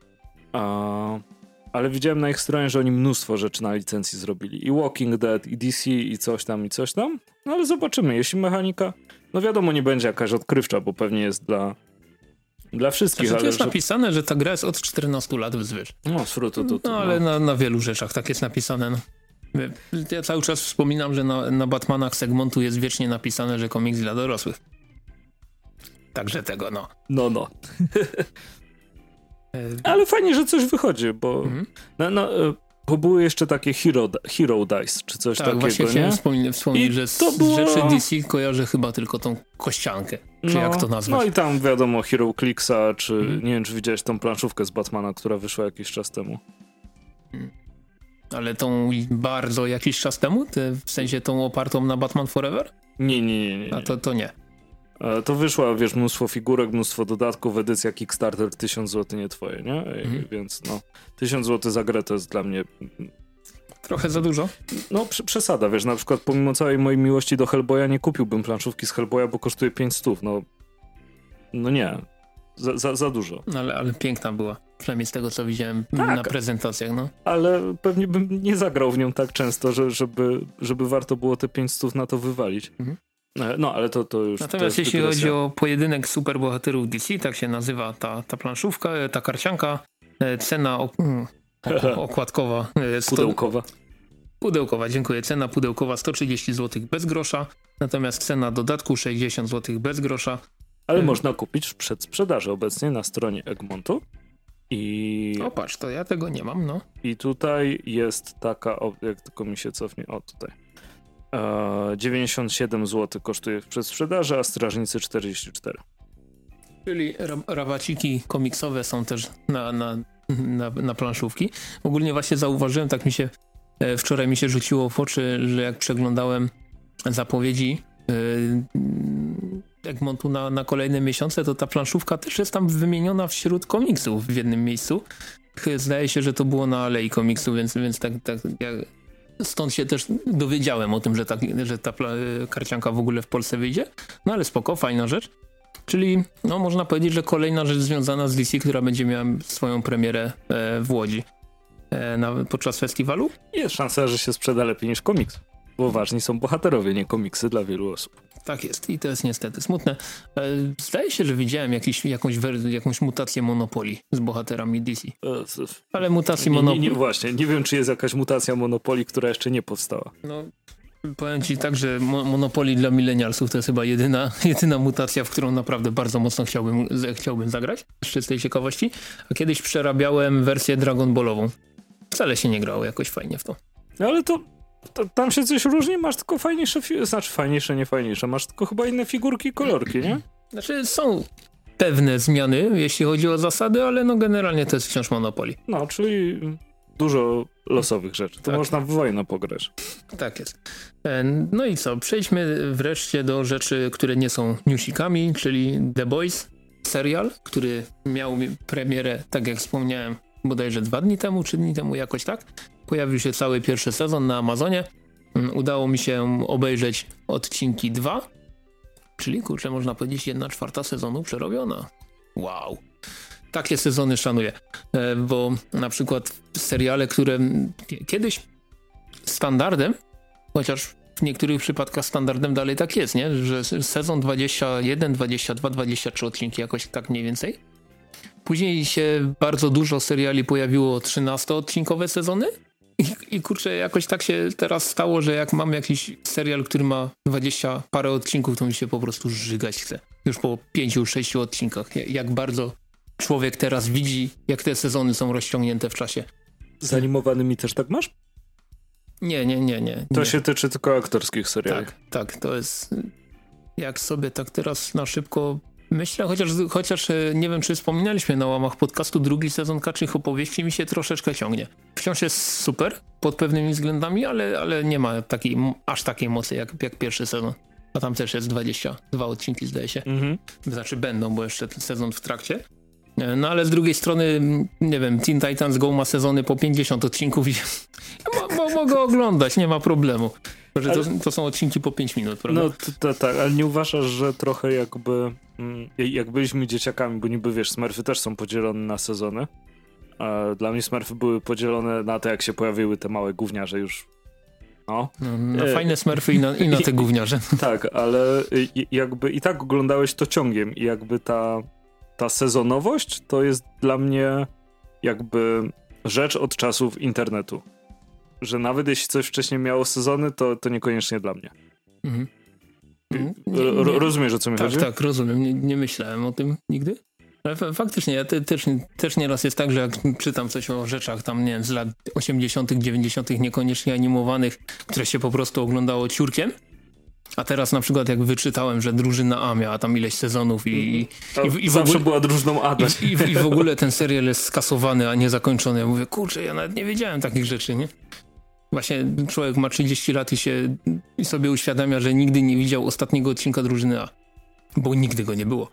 A, ale widziałem na ich stronie, że oni mnóstwo rzeczy na licencji zrobili. I Walking Dead, i D C, i coś tam, i coś tam. No ale zobaczymy. Jeśli mechanika, no wiadomo, nie będzie jakaś odkrywcza, bo pewnie jest dla Dla wszystkich, znaczy, ale... jest że... napisane, że ta gra jest od czternastu lat wzwyż. No, to, to, to, no ale no. Na, na wielu rzeczach tak jest napisane. No. Ja cały czas wspominam, że na, na Batmanach z Egmontu jest wiecznie napisane, że komiks dla dorosłych. Także tego, no. No, no. Ale fajnie, że coś wychodzi, bo... Mhm. No, no, bo były jeszcze takie Hero, Hero Dice, czy coś tak, takiego, właśnie nie? chciałem wspomnieć, wspomnieć że z, było... z rzeczy D C kojarzę chyba tylko tą kościankę, czy no, jak to nazwać. No i tam wiadomo Hero Clicksa, czy mhm. nie wiem, czy widziałeś tą planszówkę z Batmana, która wyszła jakiś czas temu. Ale tą bardzo jakiś czas temu? Ty, w sensie tą opartą na Batman Forever? Nie, nie, nie. nie, nie. A to, to nie. To wyszła, wiesz, mnóstwo figurek, mnóstwo dodatków, edycja Kickstarter, tysiąc złotych nie twoje, nie? Mhm. Więc no, tysiąc złotych za grę to jest dla mnie... Trochę za dużo? No, przesada, wiesz, na przykład pomimo całej mojej miłości do Hellboya nie kupiłbym planszówki z Hellboya, bo kosztuje pięć stów, no... No nie, za, za, za dużo. No ale, ale piękna była, przynajmniej z tego, co widziałem tak, na prezentacjach, no. Ale pewnie bym nie zagrał w nią tak często, że, żeby, żeby warto było te pięć stów na to wywalić. Mhm. No, ale to, to już... Natomiast to jeśli dygresja. Chodzi o pojedynek superbohaterów D C, tak się nazywa ta, ta planszówka, ta karcianka, cena ok- okładkowa... sto... Pudełkowa. Pudełkowa, dziękuję. Cena pudełkowa sto trzydzieści złotych bez grosza, natomiast cena dodatku sześćdziesiąt złotych bez grosza. Ale hmm. można kupić w przedsprzedaży obecnie na stronie Egmontu. I... O patrz, to ja tego nie mam, no. I tutaj jest taka, o, jak tylko mi się cofnie, o tutaj. Eee, dziewięćdziesiąt siedem złotych kosztuje w przedsprzedaży, a Strażnicy czterdzieści cztery. Czyli ra- rawaciki komiksowe są też na, na, na, na planszówki. Ogólnie właśnie zauważyłem, tak mi się e, wczoraj mi się rzuciło w oczy, że jak przeglądałem zapowiedzi e, Egmontu na, na kolejne miesiące, to ta planszówka też jest tam wymieniona wśród komiksów w jednym miejscu. Zdaje się, że to było na Alei Komiksu, więc, więc tak, tak ja stąd się też dowiedziałem o tym, że ta, że ta pla- karcianka w ogóle w Polsce wyjdzie. No ale spoko, fajna rzecz. Czyli no można powiedzieć, że kolejna rzecz związana z D C, która będzie miała swoją premierę e, w Łodzi e, na, podczas festiwalu. Jest szansa, że się sprzeda lepiej niż komiks, bo ważni są bohaterowie, nie komiksy dla wielu osób. Tak jest i to jest niestety smutne. E, zdaje się, że widziałem jakiś, jakąś, wer- jakąś mutację Monopoly z bohaterami D C. E, Ale mutacji Monopoly... Nie, nie, właśnie, nie wiem, czy jest jakaś mutacja Monopoly, która jeszcze nie powstała. No... Powiem ci tak, że mo- Monopoly dla milenialsów to jest chyba jedyna, jedyna mutacja, w którą naprawdę bardzo mocno chciałbym, chciałbym zagrać, z czystej ciekawości. A kiedyś przerabiałem wersję Dragon Ballową. Wcale się nie grało jakoś fajnie w to. No ale to, to tam się coś różni, masz tylko fajniejsze, fi- znaczy fajniejsze, nie fajniejsze, masz tylko chyba inne figurki i kolorki, nie? Znaczy są pewne zmiany, jeśli chodzi o zasady, ale no generalnie to jest wciąż Monopoly. No, czyli... Dużo losowych rzeczy. To tak. Można w wojnę pograć. Tak jest. No i co? Przejdźmy wreszcie do rzeczy, które nie są newsikami, czyli The Boys, serial, który miał premierę, tak jak wspomniałem, bodajże dwa dni temu, trzy dni temu, jakoś tak. Pojawił się cały pierwszy sezon na Amazonie. Udało mi się obejrzeć odcinki dwa, czyli kurczę, można powiedzieć, jedna czwarta sezonu przerobiona. Wow. Takie sezony szanuję, bo na przykład seriale, które kiedyś standardem, chociaż w niektórych przypadkach standardem dalej tak jest, nie? Że sezon dwadzieścia jeden, dwadzieścia dwa, dwadzieścia trzy odcinki, jakoś tak mniej więcej. Później się bardzo dużo seriali pojawiło trzynastoodcinkowe sezony i, i kurczę, jakoś tak się teraz stało, że jak mam jakiś serial, który ma dwadzieścia parę odcinków, to mi się po prostu żygać chce. Już po pięciu, sześciu odcinkach. Jak bardzo człowiek teraz widzi, jak te sezony są rozciągnięte w czasie. Z animowanymi też tak masz? Nie, nie, nie, nie. To nie. się tyczy tylko aktorskich seriali. Tak, tak, to jest... Jak sobie tak teraz na szybko myślę, chociaż, chociaż nie wiem, czy wspominaliśmy na łamach podcastu, drugi sezon Kaczych Opowieści mi się troszeczkę ciągnie. Wciąż jest super pod pewnymi względami, ale, ale nie ma takiej, aż takiej mocy jak, jak pierwszy sezon. A tam też jest dwadzieścia dwa odcinki, zdaje się. Mhm. Znaczy będą, bo jeszcze ten sezon w trakcie. No ale z drugiej strony, nie wiem, Teen Titans Go ma sezony po pięćdziesiąt odcinków i mo- mo- mogę oglądać, nie ma problemu. Ale... To, to są odcinki po pięć minut, prawda? No tak, to, ale nie uważasz, że trochę jakby, jak byliśmy dzieciakami, bo niby wiesz, Smurfy też są podzielone na sezony, a dla mnie Smurfy były podzielone na to, jak się pojawiły te małe gówniarze już. No. No, na e... fajne Smurfy i na, i na te gówniarze. Tak, ale jakby i tak oglądałeś to ciągiem i jakby ta ta sezonowość to jest dla mnie jakby rzecz od czasów internetu. Że nawet jeśli coś wcześniej miało sezony, to, to niekoniecznie dla mnie. Mhm. Nie, nie, rozumiesz, o co mi tak, chodzi? Tak, rozumiem. Nie, nie myślałem o tym nigdy. Ale f- faktycznie, ja te, też, też nieraz jest tak, że jak czytam coś o rzeczach tam, nie wiem, z lat osiemdziesiątych, dziewięćdziesiątych niekoniecznie animowanych, które się po prostu oglądało ciurkiem, A teraz na przykład jak wyczytałem, że drużyna A miała tam ileś sezonów i... Mm. I, i, i zawsze ogóle, była drużyną A. I, i, I w ogóle ten serial jest skasowany, a nie zakończony. Ja mówię, kurczę, ja nawet nie wiedziałem takich rzeczy, nie? Właśnie człowiek ma trzydzieści lat i się i sobie uświadamia, że nigdy nie widział ostatniego odcinka drużyny A. Bo nigdy go nie było.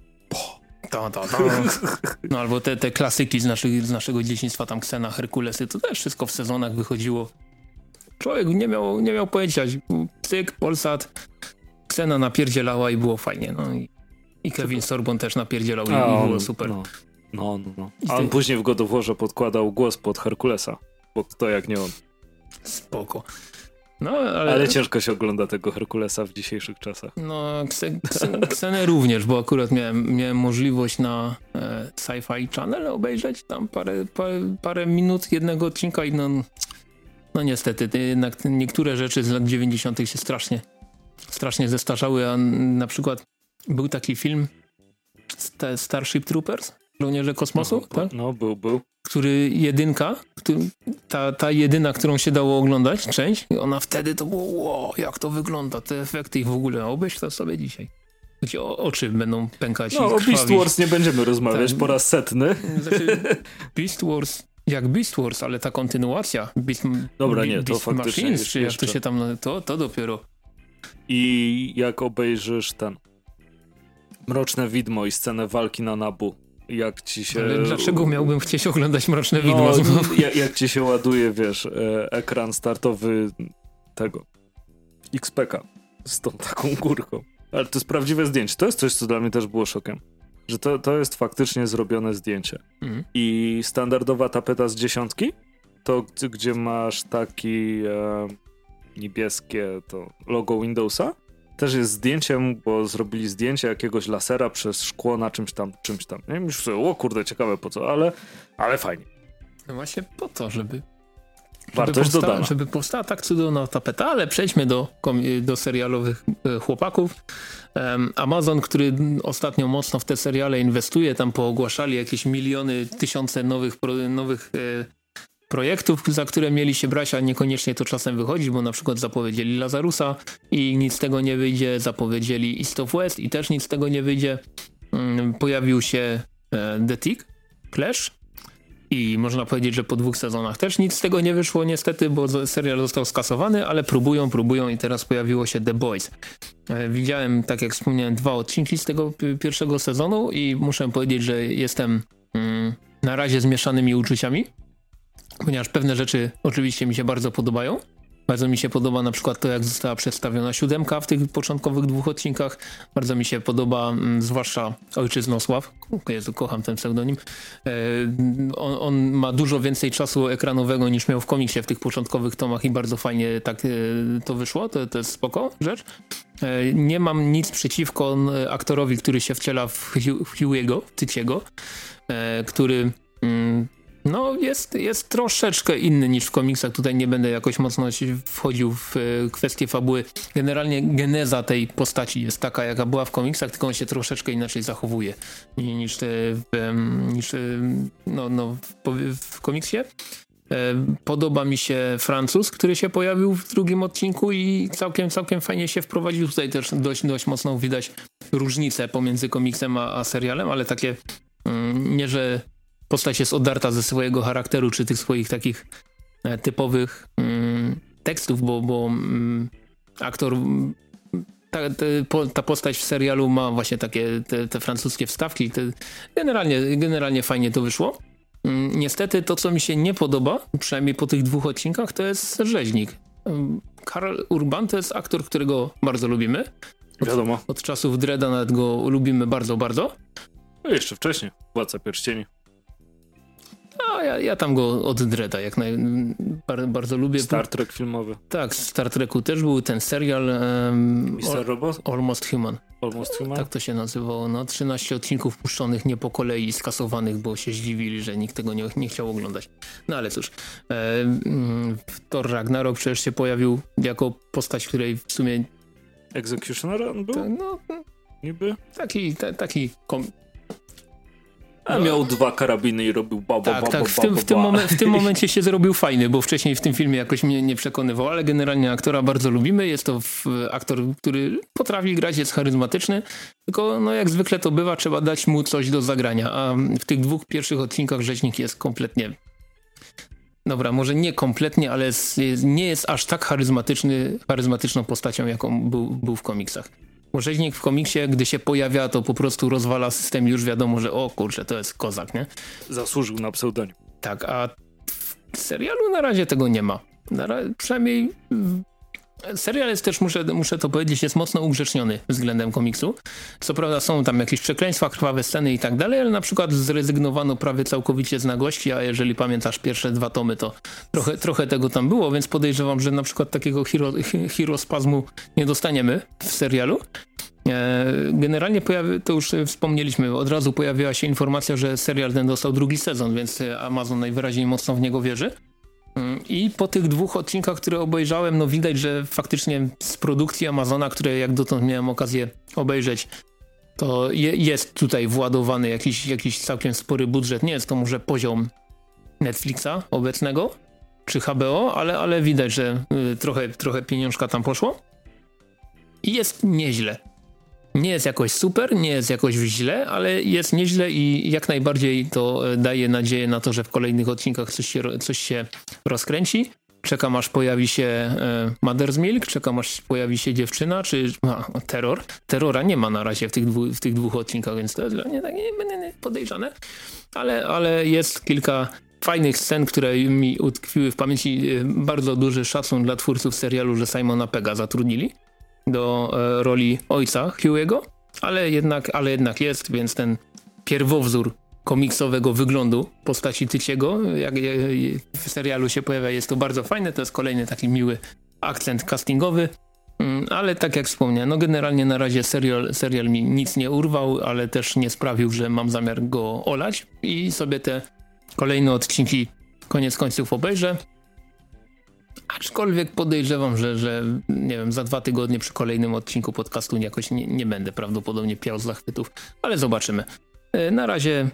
Ta, ta, ta. No albo te, te klasyki z, naszych, z naszego dzieciństwa, tam Xena, Herkulesy, to też wszystko w sezonach wychodziło. Człowiek nie miał, nie miał pojęcia. Cyk, Polsat, Xena napierdzielała i było fajnie. No i, i Kevin Sorbon też napierdzielał i, A, i było super. No, no, no. no. A on później w God of Warze podkładał głos pod Herkulesa. Bo kto jak nie on. Spoko. No, ale... ale ciężko się ogląda tego Herkulesa w dzisiejszych czasach. No, Kse, Kse, Ksenę również, bo akurat miałem, miałem możliwość na e, Sci-Fi Channel obejrzeć tam parę, parę, parę minut jednego odcinka i no, no niestety, jednak niektóre rzeczy z lat dziewięćdziesiątych się strasznie, strasznie zestarzały, a na przykład był taki film Starship Troopers, Żołnierze Kosmosu, no, tak? No, był, był. Który jedynka, który, ta, ta jedyna, którą się dało oglądać, część, ona wtedy to było, wow, jak to wygląda, te efekty i w ogóle, obejrz to sobie dzisiaj. Gdzie o, oczy będą pękać no, i o Beast Wars nie będziemy rozmawiać tak, po raz setny. Znaczy, Beast Wars, jak Beast Wars, ale ta kontynuacja, Beast, Dobra, nie, Beast to Machines, faktycznie czy jak to się tam, to, to dopiero. I jak obejrzysz ten Mroczne Widmo i scenę walki na Nabu, jak ci się... Ale dlaczego miałbym chcieć oglądać Mroczne Widmo? No, jak, jak ci się ładuje, wiesz, e, ekran startowy tego X P K z tą taką górką. Ale to jest prawdziwe zdjęcie. To jest coś, co dla mnie też było szokiem. Że to, to jest faktycznie zrobione zdjęcie. Mhm. I standardowa tapeta z dziesiątki, to gdzie masz taki e, niebieskie to logo Windowsa, też jest zdjęciem, bo zrobili zdjęcie jakiegoś lasera przez szkło na czymś tam, czymś tam. Nie wiem, już sobie, o kurde, ciekawe po co, ale, ale fajnie. No właśnie po to, żeby... Wartość żeby dodana. Żeby powstała tak cudowna tapeta, ale przejdźmy do, do serialowych chłopaków. Um, Amazon, który ostatnio mocno w te seriale inwestuje, tam poogłaszali jakieś miliony, tysiące nowych, nowych e, projektów, za które mieli się brać, a niekoniecznie to czasem wychodzi, bo na przykład zapowiedzieli Lazarusa i nic z tego nie wyjdzie, zapowiedzieli East of West i też nic z tego nie wyjdzie. Um, pojawił się e, The Tick, Clash, i można powiedzieć, że po dwóch sezonach też nic z tego nie wyszło niestety, bo serial został skasowany, ale próbują, próbują i teraz pojawiło się The Boys. E, widziałem, tak jak wspomniałem, dwa odcinki z tego p- pierwszego sezonu i muszę powiedzieć, że jestem mm, na razie z mieszanymi uczuciami, ponieważ pewne rzeczy oczywiście mi się bardzo podobają. Bardzo mi się podoba na przykład to, jak została przedstawiona siódemka w tych początkowych dwóch odcinkach. Bardzo mi się podoba mm, zwłaszcza Ojczyznosław. Jezu, kocham ten pseudonim. E, on, on ma dużo więcej czasu ekranowego niż miał w komiksie w tych początkowych tomach i bardzo fajnie tak e, to wyszło. To, to jest spoko rzecz. E, nie mam nic przeciwko aktorowi, który się wciela w Hughie'ego, Tyciego, e, który... Mm, No, jest, jest troszeczkę inny niż w komiksach. Tutaj nie będę jakoś mocno wchodził w kwestie fabuły. Generalnie geneza tej postaci jest taka, jaka była w komiksach, tylko on się troszeczkę inaczej zachowuje niż, w, niż no, no, w, w komiksie. Podoba mi się Francuz, który się pojawił w drugim odcinku i całkiem, całkiem fajnie się wprowadził. Tutaj też dość, dość mocno widać różnicę pomiędzy komiksem a, a serialem, ale takie nie, że postać jest odarta ze swojego charakteru, czy tych swoich takich e, typowych mm, tekstów, bo, bo mm, aktor, ta, te, po, ta postać w serialu ma właśnie takie te, te francuskie wstawki. Te, generalnie, generalnie fajnie to wyszło. Mm, niestety to, co mi się nie podoba, przynajmniej po tych dwóch odcinkach, to jest rzeźnik. Karl Urban to jest aktor, którego bardzo lubimy. Od, Wiadomo. Od czasów Dreada nawet go lubimy bardzo, bardzo. No jeszcze wcześniej. Władca Pierścieni. A ja, ja tam go od Dreada jak naj, bardzo, bardzo lubię. Star Trek filmowy. Tak, z Star Treku też był ten serial um, mister Robot? Almost Human. Almost Human? Tak to się nazywało. No, trzynaście odcinków puszczonych nie po kolei, skasowanych, bo się zdziwili, że nikt tego nie, nie chciał oglądać. No ale cóż, e, Thor Ragnarok przecież się pojawił jako postać, której w sumie... Executioner on był? Ta, no, niby? Taki, ta, taki kom... A miał dwa karabiny i robił ba, ba, tak, ba, tak, ba, w tym, ba, w, tym ba. momen- w tym momencie się zrobił fajny, bo wcześniej w tym filmie jakoś mnie nie przekonywał, ale generalnie aktora bardzo lubimy. Jest to w, aktor, który potrafi grać, jest charyzmatyczny, tylko no jak zwykle to bywa, trzeba dać mu coś do zagrania, a w tych dwóch pierwszych odcinkach Rzeźnik jest kompletnie... Dobra, może nie kompletnie, ale jest, jest, nie jest aż tak charyzmatyczny, charyzmatyczną postacią, jaką był, był w komiksach. Bo Rzeźnik w komiksie, gdy się pojawia, to po prostu rozwala system i już wiadomo, że o kurczę, to jest kozak, nie? Zasłużył na pseudonim. Tak, a w serialu na razie tego nie ma. Na ra- przynajmniej... Serial jest też, muszę, muszę to powiedzieć, jest mocno ugrzeczniony względem komiksu. Co prawda są tam jakieś przekleństwa, krwawe sceny i tak dalej, ale na przykład zrezygnowano prawie całkowicie z nagości, a jeżeli pamiętasz pierwsze dwa tomy, to trochę, trochę tego tam było, więc podejrzewam, że na przykład takiego hero, herospazmu nie dostaniemy w serialu. Generalnie pojawi, to już wspomnieliśmy, od razu pojawiła się informacja, że serial ten dostał drugi sezon, więc Amazon najwyraźniej mocno w niego wierzy. I po tych dwóch odcinkach, które obejrzałem, no widać, że faktycznie z produkcji Amazona, które jak dotąd miałem okazję obejrzeć, to je, jest tutaj władowany jakiś, jakiś całkiem spory budżet. Nie jest to może poziom Netflixa obecnego, czy H B O, ale, ale widać, że y, trochę, trochę pieniążka tam poszło. I jest nieźle. Nie jest jakoś super, nie jest jakoś źle, ale jest nieźle i jak najbardziej to daje nadzieję na to, że w kolejnych odcinkach coś się, coś się rozkręci. Czekam aż pojawi się e, Mother's Milk, czekam aż pojawi się dziewczyna, czy a, terror. Terrora nie ma na razie w tych, dwu, w tych dwóch odcinkach, więc to jest dla mnie tak nie, nie, nie podejrzane. Ale, ale jest kilka fajnych scen, które mi utkwiły w pamięci. Bardzo duży szacun dla twórców serialu, że Simona Pegga zatrudnili do e, roli ojca Hugh'ego, ale jednak, ale jednak jest, więc ten pierwowzór komiksowego wyglądu postaci Tyciego, jak w serialu się pojawia, jest to bardzo fajne, to jest kolejny taki miły akcent castingowy, ale tak jak wspomniałem, no generalnie na razie serial, serial mi nic nie urwał, ale też nie sprawił, że mam zamiar go olać i sobie te kolejne odcinki koniec końców obejrzę. Aczkolwiek podejrzewam, że, że nie wiem, za dwa tygodnie przy kolejnym odcinku podcastu jakoś nie, nie będę prawdopodobnie piał z zachwytów, ale zobaczymy. Na razie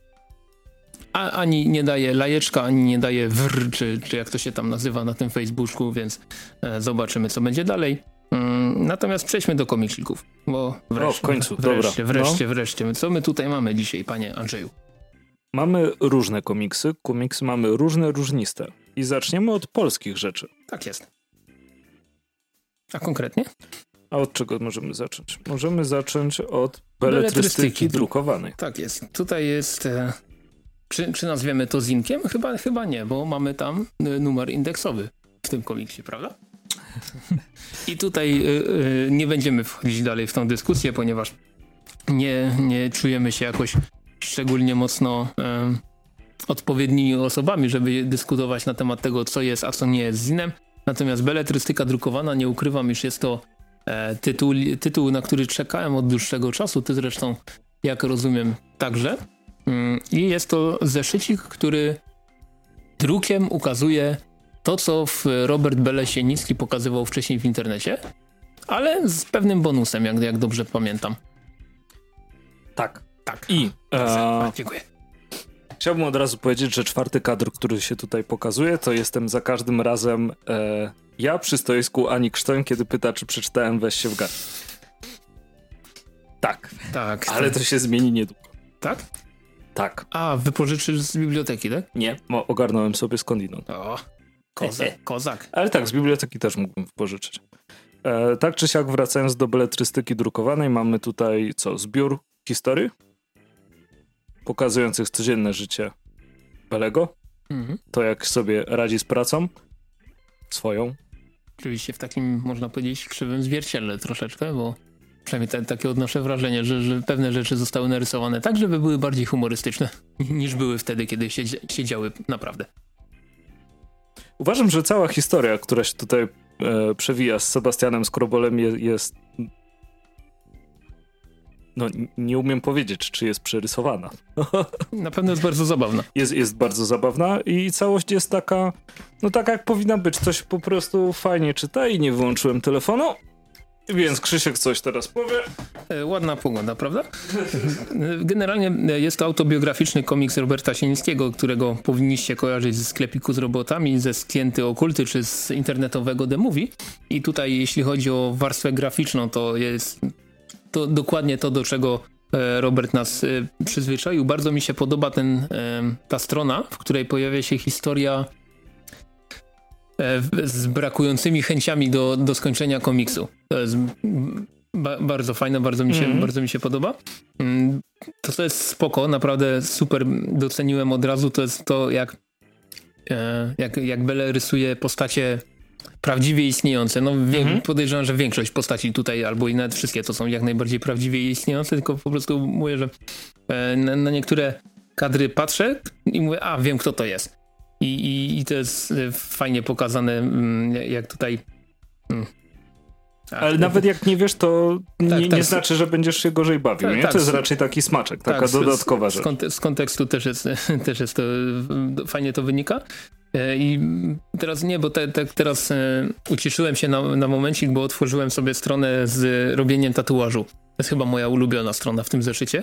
a, ani nie daje lajeczka, ani nie daje wr, czy, czy jak to się tam nazywa na tym Facebooku, więc e, zobaczymy, co będzie dalej. Mm, natomiast przejdźmy do komiksików, bo wreszcie, o, w końcu, wreszcie, dobra. wreszcie, no. wreszcie. Co my tutaj mamy dzisiaj, panie Andrzeju? Mamy różne komiksy, komiksy mamy różne, różniste. I zaczniemy od polskich rzeczy. Tak jest. A konkretnie? A od czego możemy zacząć? Możemy zacząć od beletrystyki drukowanej. Tak jest. Tutaj jest... E, czy, czy nazwiemy to zinkiem? Chyba, chyba nie, bo mamy tam e, numer indeksowy w tym komiksie, prawda? I tutaj e, e, nie będziemy wchodzić dalej w tą dyskusję, ponieważ nie, nie czujemy się jakoś szczególnie mocno e, odpowiednimi osobami, żeby dyskutować na temat tego, co jest, a co nie jest zinem. Natomiast beletrystyka drukowana, nie ukrywam, iż jest to e, tytuł, tytuł, na który czekałem od dłuższego czasu. Ty zresztą, jak rozumiem, także. Mm, I jest to zeszycik, który drukiem ukazuje to, co w Robert Bele Sienicki pokazywał wcześniej w internecie, ale z pewnym bonusem, jak, jak dobrze pamiętam. Tak. Tak. I e, dziękuję. Chciałbym od razu powiedzieć, że czwarty kadr, który się tutaj pokazuje, to jestem za każdym razem e, ja przy stoisku Ani Krztoń, kiedy pyta, czy przeczytałem Weź się w garść. Tak. Tak. Ale to się zmieni niedługo. Tak? Tak. A, wypożyczysz z biblioteki, tak? Nie, bo ogarnąłem sobie skądinąd. O, kozak. kozak. Ale tak, z biblioteki też mógłbym wypożyczyć. E, tak czy siak, wracając do beletrystyki drukowanej, mamy tutaj co? Zbiór historii pokazujących codzienne życie Belego. Mhm. To jak sobie radzi z pracą swoją. Oczywiście w takim, można powiedzieć, krzywym zwierciadle troszeczkę, bo przynajmniej te, takie odnoszę wrażenie, że, że pewne rzeczy zostały narysowane tak, żeby były bardziej humorystyczne niż były wtedy, kiedy się, się działy naprawdę. Uważam, że cała historia, która się tutaj e, przewija z Sebastianem Skrobolem je, jest no nie umiem powiedzieć, czy jest przerysowana. Na pewno jest bardzo zabawna. Jest, jest bardzo zabawna i całość jest taka, no taka jak powinna być. Coś po prostu fajnie czyta i nie wyłączyłem telefonu. Więc Krzysiek coś teraz powie. Ładna pogoda, prawda? Generalnie jest to autobiograficzny komiks Roberta Sienickiego, którego powinniście kojarzyć ze sklepiku z robotami, ze Skięty Okulty czy z internetowego The Movie. I tutaj jeśli chodzi o warstwę graficzną, to jest to dokładnie to, do czego Robert nas przyzwyczaił. Bardzo mi się podoba ten, ta strona, w której pojawia się historia z brakującymi chęciami do, do skończenia komiksu. To jest ba- bardzo fajne, bardzo mi się, mm. bardzo mi się podoba. To, co jest spoko, naprawdę super doceniłem od razu, to jest to, jak, jak, jak Bele rysuje postacie prawdziwie istniejące. No wie, mm-hmm. podejrzewam, że większość postaci tutaj, albo i nawet wszystkie, to są jak najbardziej prawdziwie istniejące, tylko po prostu mówię, że na, na niektóre kadry patrzę i mówię, a wiem, kto to jest. I, i, i to jest fajnie pokazane, jak tutaj... Ale nawet jak nie wiesz, to nie, tak, tak. nie znaczy, że będziesz się gorzej bawił. Tak, nie? Tak, to jest raczej taki smaczek, taka tak, dodatkowa z, rzecz. Z, kontek- z kontekstu też jest, też jest to, fajnie to wynika. I teraz nie, bo te, te, teraz uciszyłem się na, na momencik, bo otworzyłem sobie stronę z robieniem tatuażu. To jest chyba moja ulubiona strona w tym zeszycie.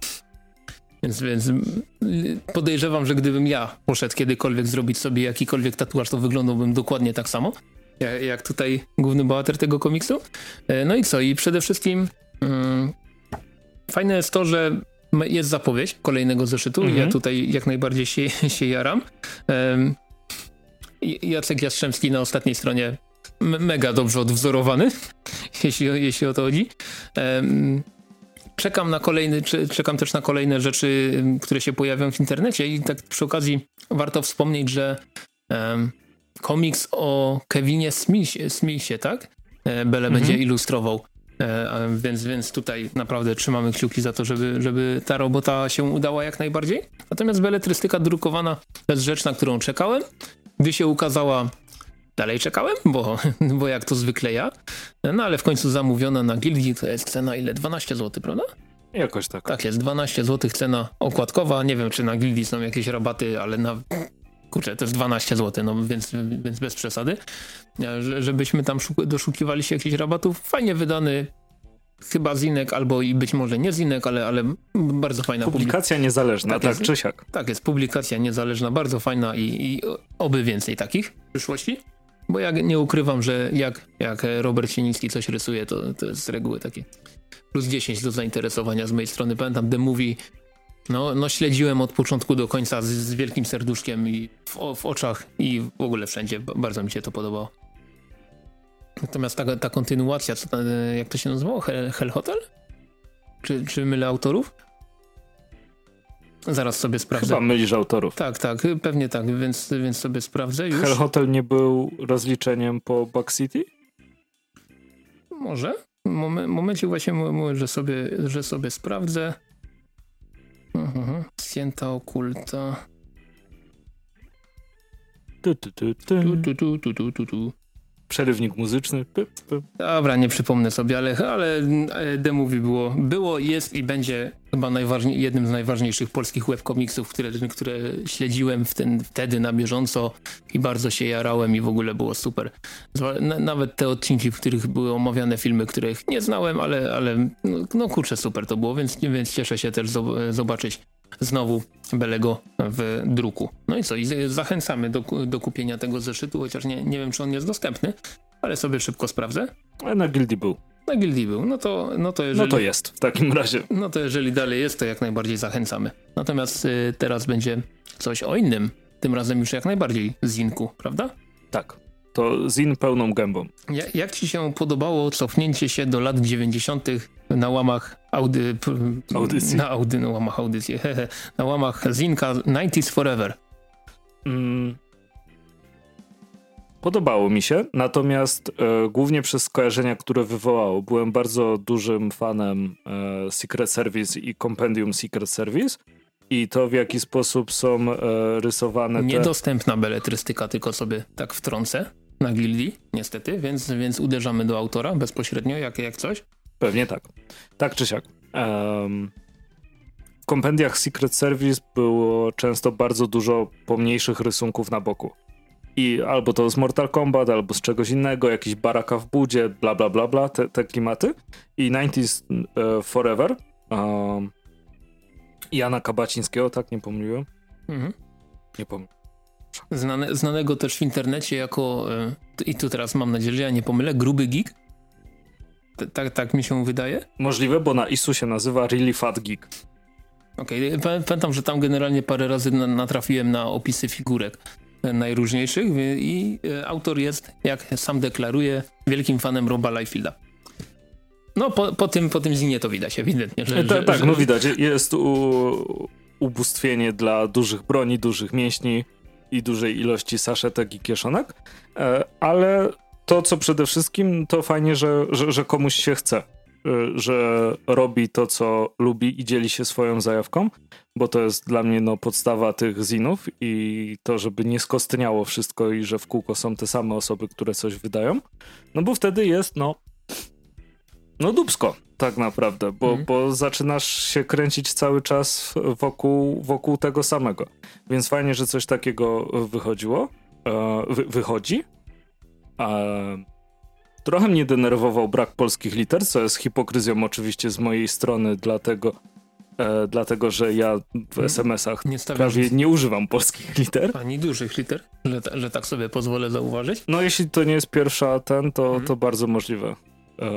Więc, więc podejrzewam, że gdybym ja poszedł kiedykolwiek zrobić sobie jakikolwiek tatuaż, to wyglądałbym dokładnie tak samo, jak, jak tutaj główny bohater tego komiksu. No i co? I przede wszystkim um, fajne jest to, że jest zapowiedź kolejnego zeszytu. Mhm. Ja tutaj jak najbardziej się, się jaram. Um, Jacek Jastrzębski na ostatniej stronie m- mega dobrze odwzorowany, jeśli, jeśli o to chodzi. Um, Czekam na kolejny, czekam też na kolejne rzeczy, które się pojawią w internecie i tak przy okazji warto wspomnieć, że um, komiks o Kevinie Smithie, Smithie tak? Bele mhm. będzie ilustrował, e, więc, więc tutaj naprawdę trzymamy kciuki za to, żeby, żeby ta robota się udała jak najbardziej. Natomiast beletrystyka drukowana to jest rzecz, na którą czekałem. Gdy się ukazała, dalej czekałem, bo, bo jak to zwykle ja. No ale w końcu zamówiona na Gildii, to jest cena ile? dwanaście złotych, prawda? Jakoś tak. Tak jest, dwanaście złotych cena okładkowa. Nie wiem, czy na Gildii są jakieś rabaty, ale na... Kurczę, to jest dwanaście złotych, no więc, więc bez przesady. Żebyśmy tam szuk- doszukiwali się jakichś rabatów. Fajnie wydany, chyba zinek, albo i być może nie zinek, ale, ale bardzo fajna publikacja. Publikacja niezależna, tak, tak jest, czy siak. Tak jest, publikacja niezależna, bardzo fajna i, i oby więcej takich w przyszłości. Bo ja nie ukrywam, że jak, jak Robert Sienicki coś rysuje, to, to jest z reguły takie plus dziesięć do zainteresowania z mojej strony. Pamiętam The Movie, no, no śledziłem od początku do końca z, z wielkim serduszkiem i w, w oczach i w ogóle wszędzie. Bardzo mi się to podobało. Natomiast ta, ta kontynuacja, co, jak to się nazywało? Hell, Hell Hotel? Czy, czy mylę autorów? Zaraz sobie sprawdzę. Chyba mylisz autorów. Tak, tak, pewnie tak, więc, więc sobie sprawdzę już. Hell Hotel nie był rozliczeniem po Bug City? Może. W Mom- momencie właśnie mówię, że sobie, że sobie sprawdzę. Uh-huh. Skięta Okulta. Tu, tu, tu, tu. Tu, tu, tu, tu, tu, tu. Przerywnik muzyczny. Pyp, pyp. Dobra, nie przypomnę sobie, ale, ale The Movie było, było, jest i będzie chyba najważniej, jednym z najważniejszych polskich webkomiksów, które, które śledziłem w ten, wtedy na bieżąco i bardzo się jarałem i w ogóle było super. Zwa- nawet te odcinki, w których były omawiane filmy, których nie znałem, ale, ale no, no kurczę, super to było, więc, więc cieszę się też zobaczyć znowu Belego w druku. No i co? I zachęcamy do, do kupienia tego zeszytu, chociaż nie, nie wiem, czy on jest dostępny, ale sobie szybko sprawdzę. A na Gildii był. Na Gildii był. No to, no to jeżeli... No to jest w takim razie. No to jeżeli dalej jest, to jak najbardziej zachęcamy. Natomiast y, teraz będzie coś o innym. Tym razem już jak najbardziej zinku, prawda? Tak. To zin pełną gębą. Ja, jak ci się podobało cofnięcie się do lat dziewięćdziesiątych na łamach audy... audycji? Na, audy, na łamach audycji. Na łamach zinka nineties Forever. Mm. Podobało mi się, natomiast e, głównie przez skojarzenia, które wywołało. Byłem bardzo dużym fanem e, Secret Service i Compendium Secret Service i to, w jaki sposób są e, rysowane te... Niedostępna beletrystyka, tylko sobie tak wtrącę na Gildii, niestety, więc, więc uderzamy do autora bezpośrednio, jak, jak coś. Pewnie tak. Tak czy siak. Um, w kompendiach Secret Service było często bardzo dużo pomniejszych rysunków na boku. i albo to z Mortal Kombat, albo z czegoś innego, jakiś Baraka w budzie, bla bla bla bla, te, te klimaty. I dziewięćdziesiąt uh, Forever um, Jana Kabacińskiego, tak? Nie pomyliłem? Mhm. Nie pomyliłem. Znane, znanego też w internecie jako, yy, i tu teraz mam nadzieję, że ja nie pomylę, Gruby Geek. Tak, tak mi się wydaje? Możliwe, bo na isu się nazywa Really Fat Geek. Okej, okay. Pamiętam, że tam generalnie parę razy natrafiłem na opisy figurek najróżniejszych i autor jest, jak sam deklaruje, wielkim fanem Roba Liefelda. No po, po, tym, po tym zinie to widać ewidentnie. Że, Ta, że, tak, że... no widać. Jest u, ubóstwienie dla dużych broni, dużych mięśni i dużej ilości saszetek i kieszonek, ale to, co przede wszystkim, to fajnie, że, że, że komuś się chce, że robi to, co lubi i dzieli się swoją zajawką, bo to jest dla mnie no, podstawa tych zinów i to, żeby nie skostniało wszystko i że w kółko są te same osoby, które coś wydają, no bo wtedy jest no no dupsko tak naprawdę, bo, mm. bo zaczynasz się kręcić cały czas wokół, wokół tego samego, więc fajnie, że coś takiego wychodziło, wy, wychodzi. Trochę mnie denerwował brak polskich liter, co jest hipokryzją oczywiście z mojej strony, dlatego, e, dlatego że ja w es em esach nie prawie nie używam polskich liter. Ani dużych liter, że, ta, że tak sobie pozwolę zauważyć. No jeśli to nie jest pierwsza ten, to, mhm. to bardzo możliwe. E,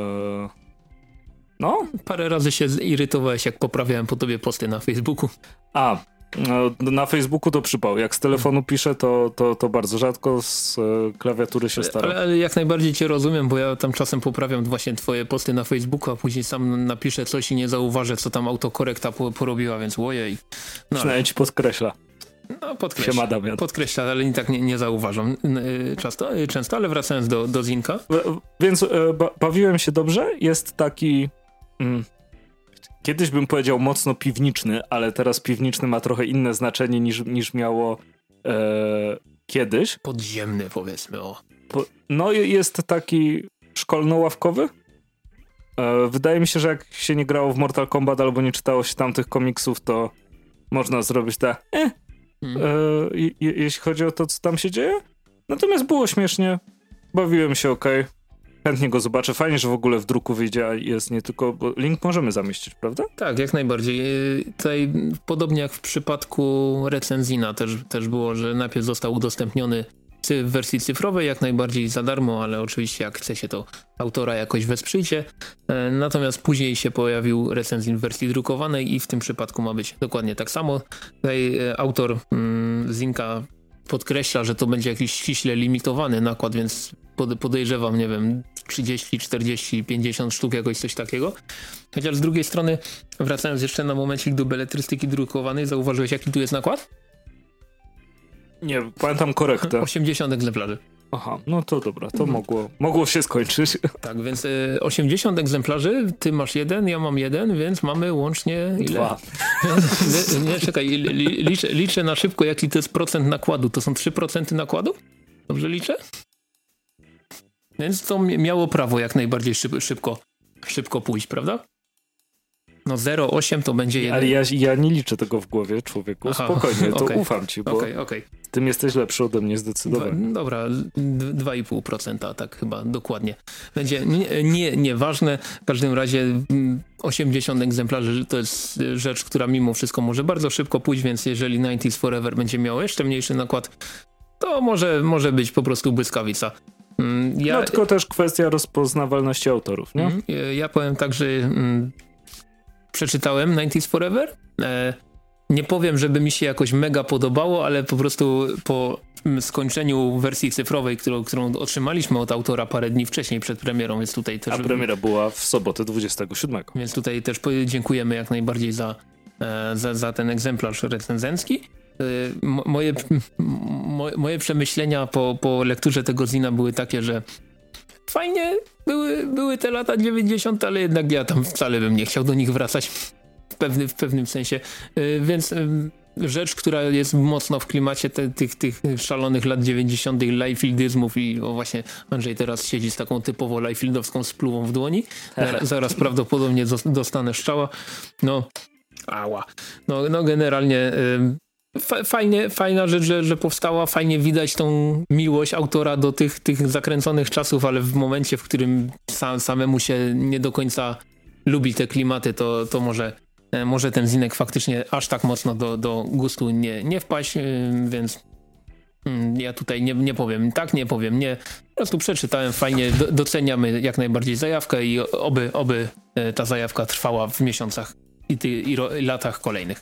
no. Parę razy się zirytowałeś, jak poprawiałem po tobie posty na Facebooku. A, no, na Facebooku to przypał. Jak z telefonu piszę, to, to, to bardzo rzadko, z e, klawiatury się staram. Ale, ale jak najbardziej cię rozumiem, bo ja tam czasem poprawiam właśnie twoje posty na Facebooku, a później sam napiszę coś i nie zauważę, co tam autokorekta po, porobiła, więc ojej. No, przynajmniej ci podkreśla. No podkreśla, podkreśla, ale i tak nie, nie zauważam yy, często, yy, często, ale wracając do, do Zinka. Więc yy, ba- bawiłem się dobrze. Jest taki... Mm, kiedyś bym powiedział mocno piwniczny, ale teraz piwniczny ma trochę inne znaczenie niż, niż miało e, kiedyś. Podziemny powiedzmy, o. Po, no jest taki szkolno-ławkowy. E, wydaje mi się, że jak się nie grało w Mortal Kombat albo nie czytało się tamtych komiksów, to można zrobić tak eh, hmm. e, je, jeśli chodzi o to, co tam się dzieje. Natomiast było śmiesznie. Bawiłem się okej. Okay. Chętnie go zobaczę. Fajnie, że w ogóle w druku wyjdzie, a jest nie tylko... Bo link możemy zamieścić, prawda? Tak, jak najbardziej. Tutaj podobnie jak w przypadku recenzina też, też było, że najpierw został udostępniony w wersji cyfrowej, jak najbardziej za darmo, ale oczywiście jak chce się to autora jakoś wesprzyjcie. Natomiast później się pojawił recenzin w wersji drukowanej i w tym przypadku ma być dokładnie tak samo. Tutaj autor mm, Zinka podkreśla, że to będzie jakiś ściśle limitowany nakład, więc podejrzewam, nie wiem, trzydzieści, czterdzieści, pięćdziesiąt sztuk, jakoś coś takiego. Chociaż z drugiej strony, wracając jeszcze na momencik do beletrystyki drukowanej, zauważyłeś, jaki tu jest nakład? Nie, pamiętam korektę. osiemdziesiąt egzemplarzy. Aha, no to dobra, to mogło, mogło się skończyć. Tak, więc y, osiemdziesiąt egzemplarzy, ty masz jeden, ja mam jeden, więc mamy łącznie ile? Dwa. nie, nie, czekaj, li, li, liczę, liczę na szybko, jaki to jest procent nakładu. To są trzy procent nakładu? Dobrze liczę? Więc to miało prawo jak najbardziej szyb, szybko, szybko pójść, prawda? No zero przecinek osiem to będzie jeden. Ale ja, ja nie liczę tego w głowie, człowieku. Aha, spokojnie, to okay. ufam ci, bo okay, okay. tym jesteś lepszy ode mnie zdecydowanie. Dwa, dobra, dwa i pół procent, tak chyba dokładnie. Będzie nie, nie, nieważne. W każdym razie osiemdziesiąt egzemplarzy to jest rzecz, która mimo wszystko może bardzo szybko pójść, więc jeżeli dziewięćdziesiąt Forever będzie miał jeszcze mniejszy nakład, to może, może być po prostu błyskawica. Ja, no tylko też kwestia rozpoznawalności autorów, nie? Ja powiem tak, że mm, przeczytałem dziewięćdziesiąt Forever. E, nie powiem, żeby mi się jakoś mega podobało, ale po prostu po skończeniu wersji cyfrowej, którą, którą otrzymaliśmy od autora parę dni wcześniej przed premierą, więc tutaj też... A premiera była w sobotę dwudziestego siódmego. Więc tutaj też dziękujemy jak najbardziej za, e, za, za ten egzemplarz recenzencki. Moje, moje przemyślenia po, po lekturze tego zina były takie, że fajnie były, były te lata dziewięćdziesiąte, ale jednak ja tam wcale bym nie chciał do nich wracać w, pewny, w pewnym sensie. Więc rzecz, która jest mocno w klimacie te, tych, tych szalonych lat dziewięćdziesiątych Liefeldyzmów i o właśnie Andrzej teraz siedzi z taką typowo Liefildowską spluwą w dłoni. Zaraz, zaraz prawdopodobnie dostanę szczała. No, ała. No, no generalnie... Fajnie, fajna rzecz, że, że powstała, fajnie widać tą miłość autora do tych, tych zakręconych czasów, ale w momencie, w którym sam, samemu się nie do końca lubi te klimaty, to, to może, może ten zinek faktycznie aż tak mocno do, do gustu nie, nie wpaść, więc ja tutaj nie, nie powiem tak, nie powiem nie. Po prostu przeczytałem fajnie, do, doceniamy jak najbardziej zajawkę i oby, oby ta zajawka trwała w miesiącach i, ty, i, ro, i latach kolejnych.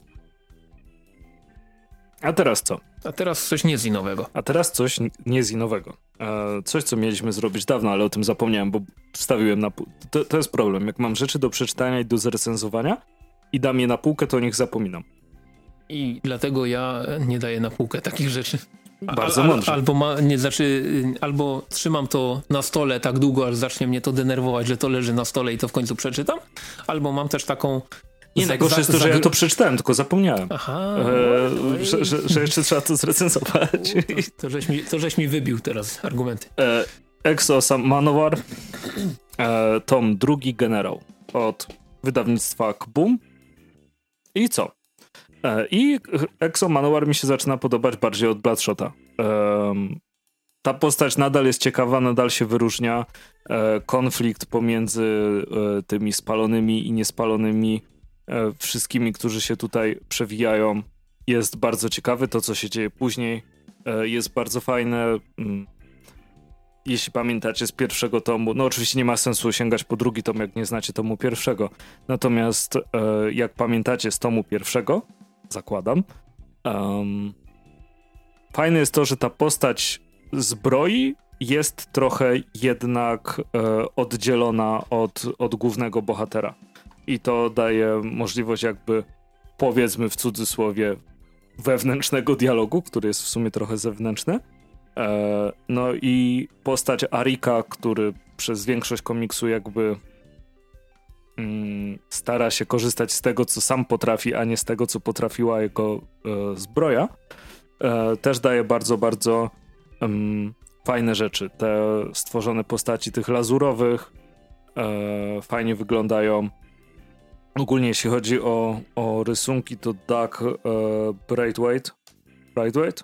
A teraz co? A teraz coś niezinowego. A teraz coś niezinowego. E, coś, co mieliśmy zrobić dawno, ale o tym zapomniałem, bo wstawiłem na pół. To, to jest problem. Jak mam rzeczy do przeczytania i do zrecenzowania i dam je na półkę, to o nich zapominam. I dlatego ja nie daję na półkę takich rzeczy. Bardzo al, al, mądrze. Albo, ma, nie, znaczy, albo trzymam to na stole tak długo, aż zacznie mnie to denerwować, że to leży na stole i to w końcu przeczytam. Albo mam też taką... Nie, najgorsze jest to, że ja to przeczytałem, tylko zapomniałem. Aha. E, że, że, że jeszcze trzeba to zrecenzować. To, to, żeś mi, to żeś mi wybił teraz argumenty. E, Exo Manowar, e, tom drugi Generał od wydawnictwa K-Boom. I co? E, I Exo Manowar mi się zaczyna podobać bardziej od Bloodshota. E, ta postać nadal jest ciekawa, nadal się wyróżnia. E, konflikt pomiędzy e, tymi spalonymi i niespalonymi e, wszystkimi, którzy się tutaj przewijają, jest bardzo ciekawy. To, co się dzieje później, e, jest bardzo fajne. Mm. Jeśli pamiętacie z pierwszego tomu, no oczywiście nie ma sensu sięgać po drugi tom, jak nie znacie tomu pierwszego. Natomiast e, jak pamiętacie z tomu pierwszego, zakładam, um, fajne jest to, że ta postać zbroi jest trochę jednak e, oddzielona od, od głównego bohatera. I to daje możliwość jakby, powiedzmy w cudzysłowie, wewnętrznego dialogu, który jest w sumie trochę zewnętrzny. E, no i postać Arika, który przez większość komiksu jakby mm, stara się korzystać z tego, co sam potrafi, a nie z tego, co potrafiła jego e, zbroja, e, też daje bardzo, bardzo um, fajne rzeczy. Te stworzone postaci tych lazurowych e, fajnie wyglądają. Ogólnie jeśli chodzi o, o rysunki, to Doug e, Braithwaite Braithwaite?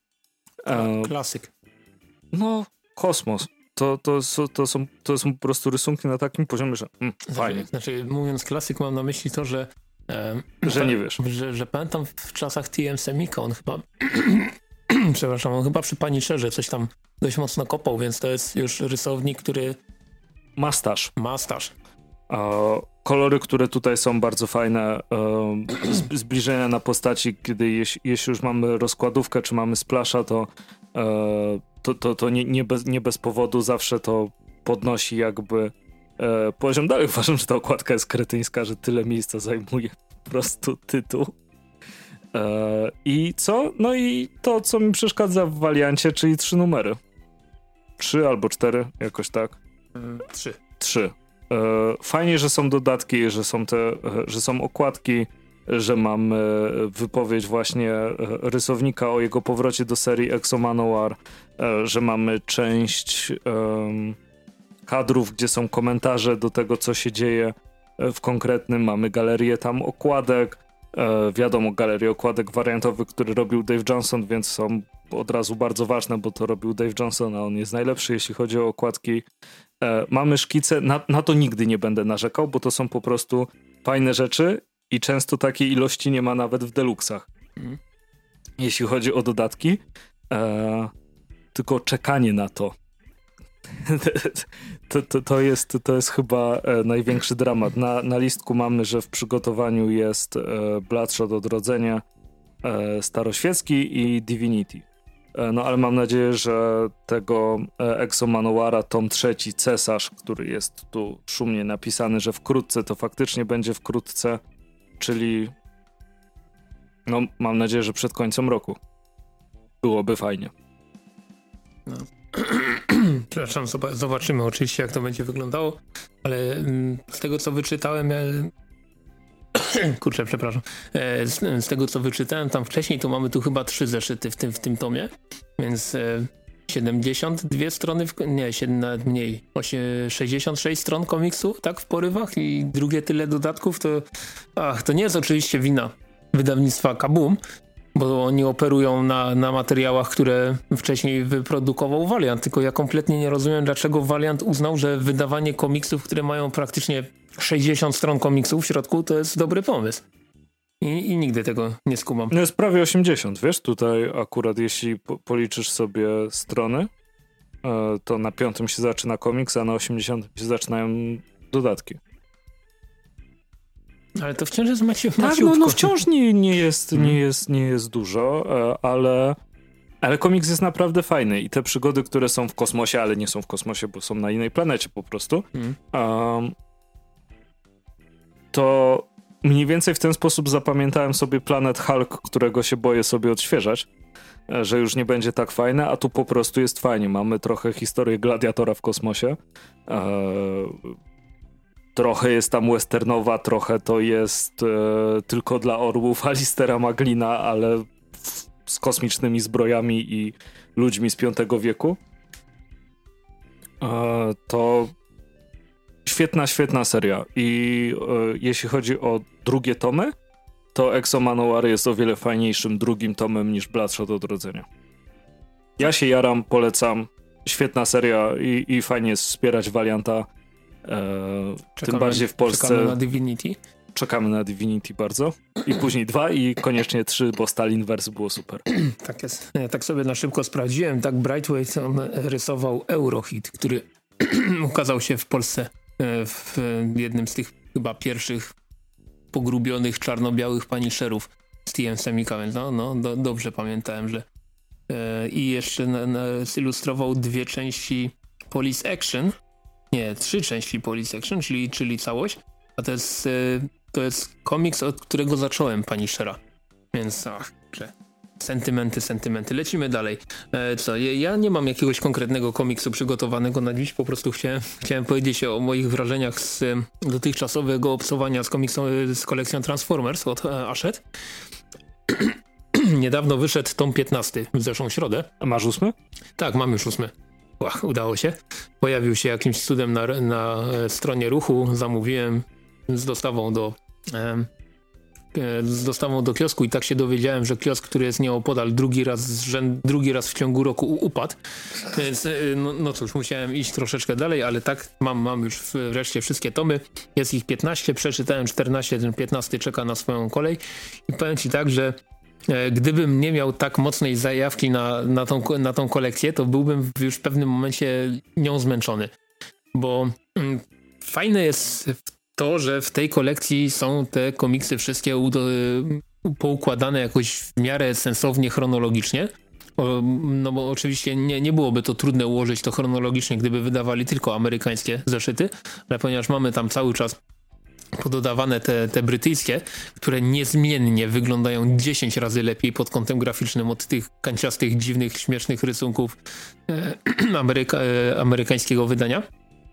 E, Klasyk. No, kosmos. To, to, to, są, to są po prostu rysunki na takim poziomie, że mm, fajnie. Znaczy, mówiąc klasyk, mam na myśli to, że e, że nie wiesz. Że, że pamiętam w czasach T M Semika on chyba przepraszam, on chyba przy Punisherze coś tam dość mocno kopał, więc to jest już rysownik, który ma staż. Ma staż. A kolory, które tutaj są bardzo fajne, e, zbliżenia na postaci, kiedy jeś, jeśli już mamy rozkładówkę, czy mamy splasha, to, e, to, to, to nie, nie, bez, nie bez powodu zawsze to podnosi jakby e, poziom. Dalej uważam, że ta okładka jest kretyńska, że tyle miejsca zajmuje po prostu tytuł. E, I co? No i to, co mi przeszkadza w Valiancie, czyli trzy numery. Trzy albo cztery, jakoś tak. Mm, trzy. Trzy. Fajnie, że są dodatki, że są te, że są okładki, że mamy wypowiedź właśnie rysownika o jego powrocie do serii Exo Manowar, że mamy część um, kadrów, gdzie są komentarze do tego, co się dzieje w konkretnym. Mamy galerię tam okładek, e, wiadomo, galerię okładek wariantowych, który robił Dave Johnson, więc są od razu bardzo ważne, bo to robił Dave Johnson, a on jest najlepszy, jeśli chodzi o okładki. E, mamy szkice, na, na to nigdy nie będę narzekał, bo to są po prostu fajne rzeczy i często takiej ilości nie ma nawet w deluxach. Mm. Jeśli chodzi o dodatki, e, tylko czekanie na to. to, to, to, jest, to jest chyba e, największy dramat. Na, na listku mamy, że w przygotowaniu jest e, Bloodshot Odrodzenie, e, Staroświecki i Divinity. No ale mam nadzieję, że tego Exo Manowara, tom trzeci, Cesarz, który jest tu szumnie napisany, że wkrótce, to faktycznie będzie wkrótce, czyli no mam nadzieję, że przed końcem roku. Byłoby fajnie. No. Przepraszam, zobaczymy oczywiście, jak to będzie wyglądało, ale z tego, co wyczytałem, ja... kurczę, przepraszam, z, z tego, co wyczytałem tam wcześniej, to mamy tu chyba trzy zeszyty w tym, w tym tomie, więc siedemdziesiąt dwie strony, w, nie, siedem, nawet mniej, sześćdziesiąt sześć stron komiksu, tak, w porywach i drugie tyle dodatków, to ach, to nie jest oczywiście wina wydawnictwa K-Boom, bo oni operują na, na materiałach, które wcześniej wyprodukował Valiant, tylko ja kompletnie nie rozumiem, dlaczego Valiant uznał, że wydawanie komiksów, które mają praktycznie sześćdziesiąt stron komiksów w środku, to jest dobry pomysł. I, i nigdy tego nie skumam. No jest prawie osiemdziesiąt, wiesz, tutaj akurat jeśli po, policzysz sobie strony, to na piątym się zaczyna komiks, a na osiemdziesiątym się zaczynają dodatki. Ale to wciąż jest macie Tak, no, no wciąż nie, nie, jest, nie, jest, nie jest dużo, ale, ale komiks jest naprawdę fajny i te przygody, które są w kosmosie, ale nie są w kosmosie, bo są na innej planecie po prostu, mm. um, to mniej więcej w ten sposób zapamiętałem sobie Planet Hulk, którego się boję sobie odświeżać, że już nie będzie tak fajne, a tu po prostu jest fajnie. Mamy trochę historię gladiatora w kosmosie. Eee, trochę jest tam westernowa, trochę to jest e, tylko dla orłów Alistera Maglina, ale w, z kosmicznymi zbrojami i ludźmi z piątego wieku. Eee, to świetna, świetna seria. I e, jeśli chodzi o drugie tomy, to Exo Manowar jest o wiele fajniejszym drugim tomem niż Bloodshot Odrodzenia. Ja się jaram, polecam. Świetna seria i, i fajnie jest wspierać Valianta. E, czekamy, tym bardziej w Polsce. Czekamy na Divinity. Czekamy na Divinity bardzo. I później dwa i koniecznie trzy, bo Stalinverse było super. Tak jest. Ja tak sobie na szybko sprawdziłem. Tak Brightweight on rysował Eurohit, który ukazał się w Polsce w jednym z tych chyba pierwszych pogrubionych, czarno-białych Punisherów z T M Semika, więc no, no do, dobrze pamiętałem, że e, i jeszcze na, na, zilustrował dwie części Police Action, nie, trzy części Police Action, czyli, czyli całość, a to jest, e, to jest komiks, od którego zacząłem Punishera, więc ach, że sentymenty, sentymenty. Lecimy dalej. E, co, ja nie mam jakiegoś konkretnego komiksu przygotowanego na dziś, po prostu chciałem, chciałem powiedzieć o moich wrażeniach z e, dotychczasowego obcowania z komiksą, z kolekcją Transformers od e, Hachette. Niedawno wyszedł tom piętnasty, w zeszłą środę. A masz ósmy? Tak, mam już ósmy. Ach, udało się. Pojawił się jakimś cudem na, na stronie Ruchu, zamówiłem z dostawą do... E, z dostawą do kiosku i tak się dowiedziałem, że kiosk, który jest nieopodal, drugi raz, rzęd, drugi raz w ciągu roku upadł, więc no, no cóż, musiałem iść troszeczkę dalej, ale tak, mam, mam już wreszcie wszystkie tomy, jest ich piętnaście, przeczytałem czternaście, ten piętnasty czeka na swoją kolej i powiem ci tak, że e, gdybym nie miał tak mocnej zajawki na, na, tą, na tą kolekcję, to byłbym już w pewnym momencie nią zmęczony, bo mm, fajne jest to, że w tej kolekcji są te komiksy wszystkie u, poukładane jakoś w miarę sensownie, chronologicznie. O, no bo oczywiście nie, nie byłoby to trudne ułożyć to chronologicznie, gdyby wydawali tylko amerykańskie zeszyty, ale ponieważ mamy tam cały czas pododawane te, te brytyjskie, które niezmiennie wyglądają dziesięć razy lepiej pod kątem graficznym od tych kanciastych, dziwnych, śmiesznych rysunków e, ameryka, e, amerykańskiego wydania.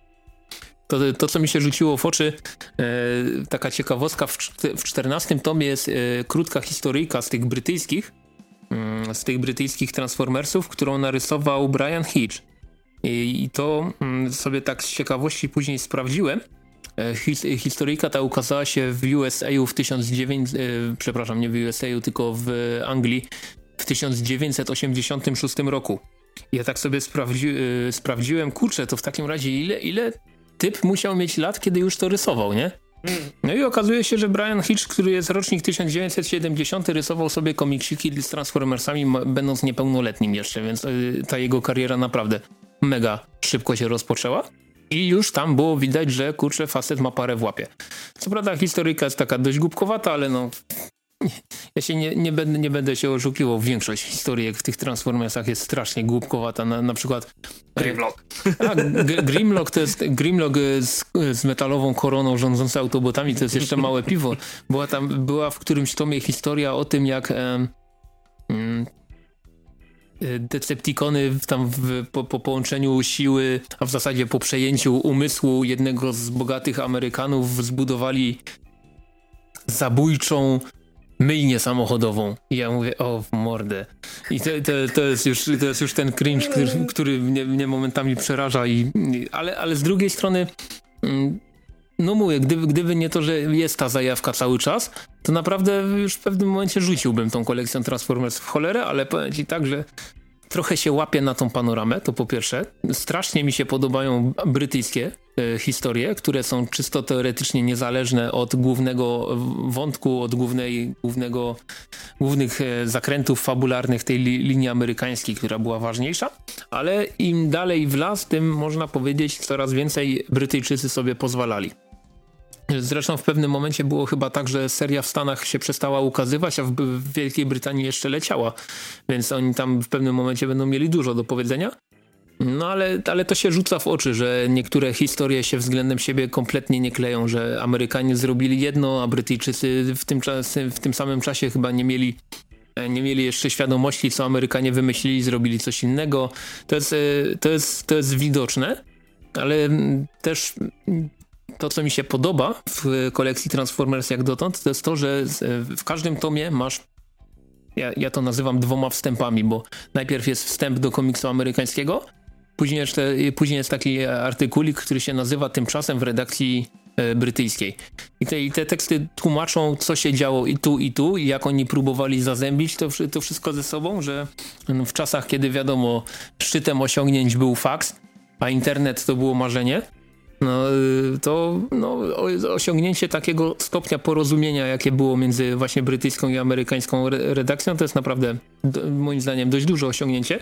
To, to, co mi się rzuciło w oczy, e, taka ciekawostka, w, w czternastym tomie jest e, krótka historyjka z tych brytyjskich, mm, z tych brytyjskich Transformersów, którą narysował Brian Hitch. I, i to mm, sobie tak z ciekawości później sprawdziłem. E, his, historyjka ta ukazała się w U S A w tysiąc dziewięćset, e, przepraszam, nie w U S A, tylko w Anglii w tysiąc dziewięćset osiemdziesiątym szóstym roku. I ja tak sobie sprawdzi, e, sprawdziłem, kurczę, to w takim razie ile, ile typ musiał mieć lat, kiedy już to rysował, nie? No i okazuje się, że Brian Hitch, który jest rocznik tysiąc dziewięćset siedemdziesiąty, rysował sobie komiksiki z Transformersami, będąc niepełnoletnim jeszcze, więc y, ta jego kariera naprawdę mega szybko się rozpoczęła. I już tam było widać, że kurczę, facet ma parę w łapie. Co prawda historyjka jest taka dość głupkowata, ale no... Ja się nie, nie, będę, nie będę się oszukiwał. Większość historyjek w tych Transformersach jest strasznie głupkowata. Na, na przykład Grimlock. Tak, Grimlock to jest Grimlock z, z metalową koroną rządzący Autobotami, to jest jeszcze małe piwo. Była tam, była w którymś tomie historia o tym, jak em, em, Decepticony tam w, po, po połączeniu siły, a w zasadzie po przejęciu umysłu jednego z bogatych Amerykanów zbudowali zabójczą myjnię samochodową. I ja mówię, o w mordę. I to, to, to, jest, już, to jest już ten cringe, który, który mnie, mnie momentami przeraża. I, ale, ale z drugiej strony mm, no mówię, gdyby, gdyby nie to, że jest ta zajawka cały czas, to naprawdę już w pewnym momencie rzuciłbym tą kolekcją Transformers w cholerę, ale powiem ci tak, że trochę się łapię na tą panoramę, to po pierwsze. Strasznie mi się podobają brytyjskie e, historie, które są czysto teoretycznie niezależne od głównego wątku, od głównej, głównego, głównych e, zakrętów fabularnych tej li, linii amerykańskiej, która była ważniejsza, ale im dalej w las, tym można powiedzieć coraz więcej Brytyjczycy sobie pozwalali. Zresztą w pewnym momencie było chyba tak, że seria w Stanach się przestała ukazywać, a w, w Wielkiej Brytanii jeszcze leciała, więc oni tam w pewnym momencie będą mieli dużo do powiedzenia. No ale, ale to się rzuca w oczy, że niektóre historie się względem siebie kompletnie nie kleją, że Amerykanie zrobili jedno, a Brytyjczycy w tym, czas, w tym samym czasie chyba nie mieli, nie mieli jeszcze świadomości, co Amerykanie wymyślili, zrobili coś innego. To jest, to jest, to jest widoczne, ale też... To, co mi się podoba w kolekcji Transformers jak dotąd, to jest to, że w każdym tomie masz, ja, ja to nazywam dwoma wstępami, bo najpierw jest wstęp do komiksu amerykańskiego, później, jeszcze, później jest taki artykulik, który się nazywa Tymczasem w redakcji e, brytyjskiej. I te, I te teksty tłumaczą, co się działo i tu, i tu, i jak oni próbowali zazębić to, to wszystko ze sobą, że w czasach, kiedy wiadomo, szczytem osiągnięć był faks, a internet to było marzenie, no to no, osiągnięcie takiego stopnia porozumienia, jakie było między właśnie brytyjską i amerykańską re- redakcją, to jest naprawdę do, moim zdaniem dość duże osiągnięcie.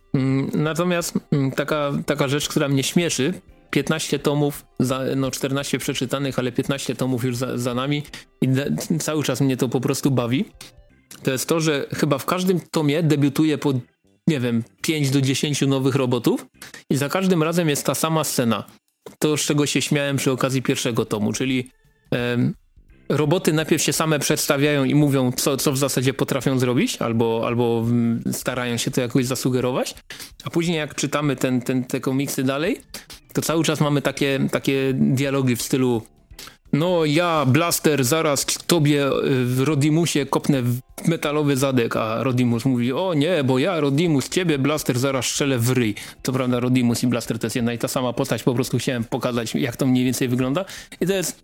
Natomiast taka, taka rzecz, która mnie śmieszy, piętnaście tomów, za, no czternaście przeczytanych, ale piętnaście tomów już za, za nami i de, cały czas mnie to po prostu bawi, to jest to, że chyba w każdym tomie debiutuje po, nie wiem, pięć do dziesięciu nowych robotów i za każdym razem jest ta sama scena. To, z czego się śmiałem przy okazji pierwszego tomu, czyli em, roboty najpierw się same przedstawiają i mówią, co, co w zasadzie potrafią zrobić, albo, albo m, starają się to jakoś zasugerować, a później jak czytamy ten, ten, te komiksy dalej, to cały czas mamy takie, takie dialogi w stylu no ja, Blaster, zaraz tobie, Rodimusie, kopnę w metalowy zadek, a Rodimus mówi, o nie, bo ja, Rodimus, ciebie, Blaster, zaraz strzelę w ryj. To prawda, Rodimus i Blaster to jest jedna i ta sama postać, po prostu chciałem pokazać, jak to mniej więcej wygląda. I to jest,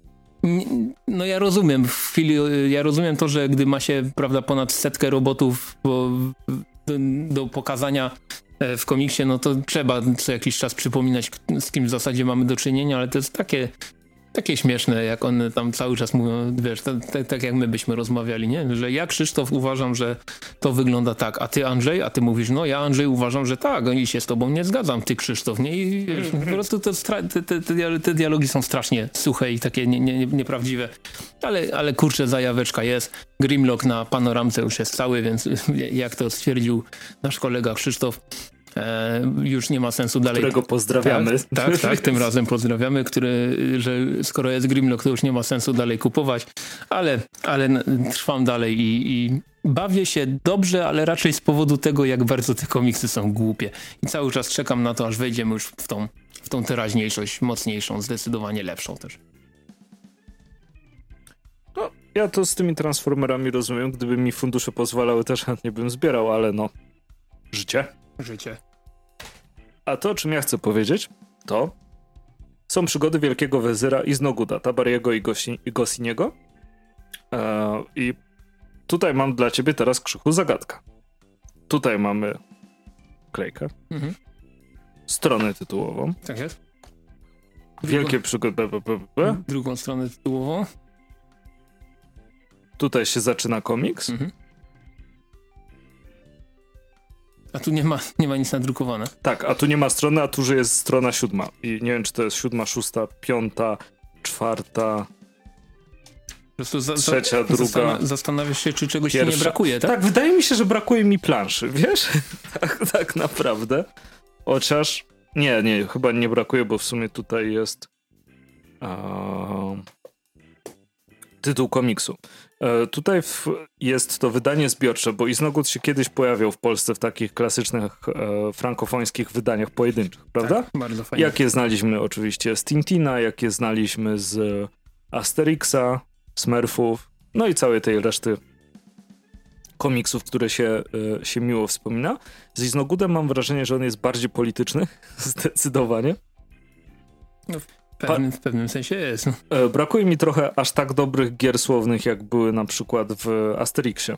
no ja rozumiem, w chwili, ja rozumiem to, że gdy ma się, prawda, ponad setkę robotów bo, do, do pokazania w komiksie, no to trzeba co jakiś czas przypominać, z kim w zasadzie mamy do czynienia, ale to jest takie... Takie śmieszne, jak one tam cały czas mówią, wiesz, tak, tak, tak jak my byśmy rozmawiali, nie? Że ja, Krzysztof, uważam, że to wygląda tak, a ty, Andrzej, a ty mówisz, no ja, Andrzej, uważam, że tak, i się z tobą nie zgadzam, ty, Krzysztof, nie? I wiesz, po prostu te, te, te, te dialogi są strasznie suche i takie nie, nie, nieprawdziwe, ale, ale kurczę, zajaweczka jest. Grimlock na panoramce już jest cały, więc jak to stwierdził nasz kolega Krzysztof, E, już nie ma sensu dalej. Którego pozdrawiamy. Tak, tak, tak, tym razem pozdrawiamy, który, że skoro jest Grimlock, to już nie ma sensu dalej kupować, ale, ale trwam dalej i, i bawię się dobrze, ale raczej z powodu tego, jak bardzo te komiksy są głupie. I cały czas czekam na to, aż wejdziemy już w tą, w tą teraźniejszość mocniejszą, zdecydowanie lepszą też. No, ja to z tymi Transformerami rozumiem. Gdyby mi fundusze pozwalały, też chętnie bym zbierał, ale no, życie. Życie. A to, o czym ja chcę powiedzieć, to są przygody Wielkiego Wezyra i Znoguda, Tabariego i, Gosi- i Gosiniego. Eee, I tutaj mam dla ciebie teraz, Krzychu, zagadkę. Tutaj mamy klejkę, mhm. stronę tytułową. Tak jest. Wielkie Drugą... przygody. B, b, b. Drugą stronę tytułową. Tutaj się zaczyna komiks. Mhm. A tu nie ma, nie ma nic nadrukowane. Tak, a tu nie ma strony, a tu że jest strona siódma. I nie wiem, czy to jest siódma, szósta, piąta, czwarta, za, trzecia, za, druga. Zastan- zastanawiasz się, czy czegoś pierwsza. ci nie brakuje, tak? Tak, wydaje mi się, że brakuje mi planszy, wiesz? tak, tak naprawdę. Chociaż, nie, nie, chyba nie brakuje, bo w sumie tutaj jest uh, tytuł komiksu. Tutaj w, jest to wydanie zbiorcze, bo Iznogód się kiedyś pojawiał w Polsce w takich klasycznych e, frankofońskich wydaniach pojedynczych, prawda? Tak, bardzo fajnie. Jakie znaliśmy oczywiście z Tintina, jakie znaliśmy z Asterixa, Smurfów, no i całej tej reszty komiksów, które się, e, się miło wspomina. Z Iznogódem mam wrażenie, że on jest bardziej polityczny, zdecydowanie. No, W pewnym, w pewnym sensie jest. Brakuje mi trochę aż tak dobrych gier słownych, jak były na przykład w Asterixie.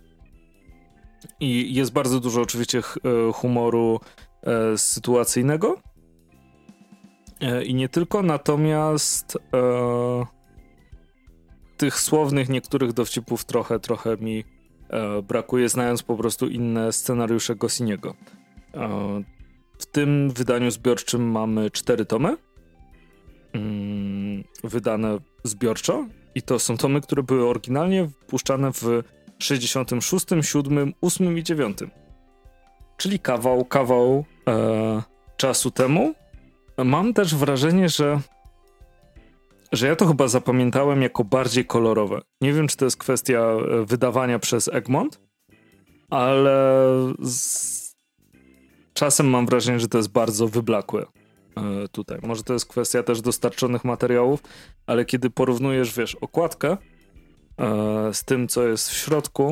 I jest bardzo dużo oczywiście humoru e, sytuacyjnego. E, I nie tylko, natomiast e, tych słownych niektórych dowcipów trochę, trochę mi e, brakuje, znając po prostu inne scenariusze Gosciniego. E, w tym wydaniu zbiorczym mamy cztery tomy. Mm, wydane zbiorczo. I to są tomy, które były oryginalnie wpuszczane w sześćdziesiątym szóstym, siódmym, ósmym i dziewiątym. Czyli kawał, kawał e, czasu temu. Mam też wrażenie, że że ja to chyba zapamiętałem jako bardziej kolorowe. Nie wiem, czy to jest kwestia wydawania przez Egmont, ale z... czasem mam wrażenie, że to jest bardzo wyblakłe e, tutaj. Może to jest kwestia też dostarczonych materiałów, ale kiedy porównujesz, wiesz, okładkę e, z tym, co jest w środku,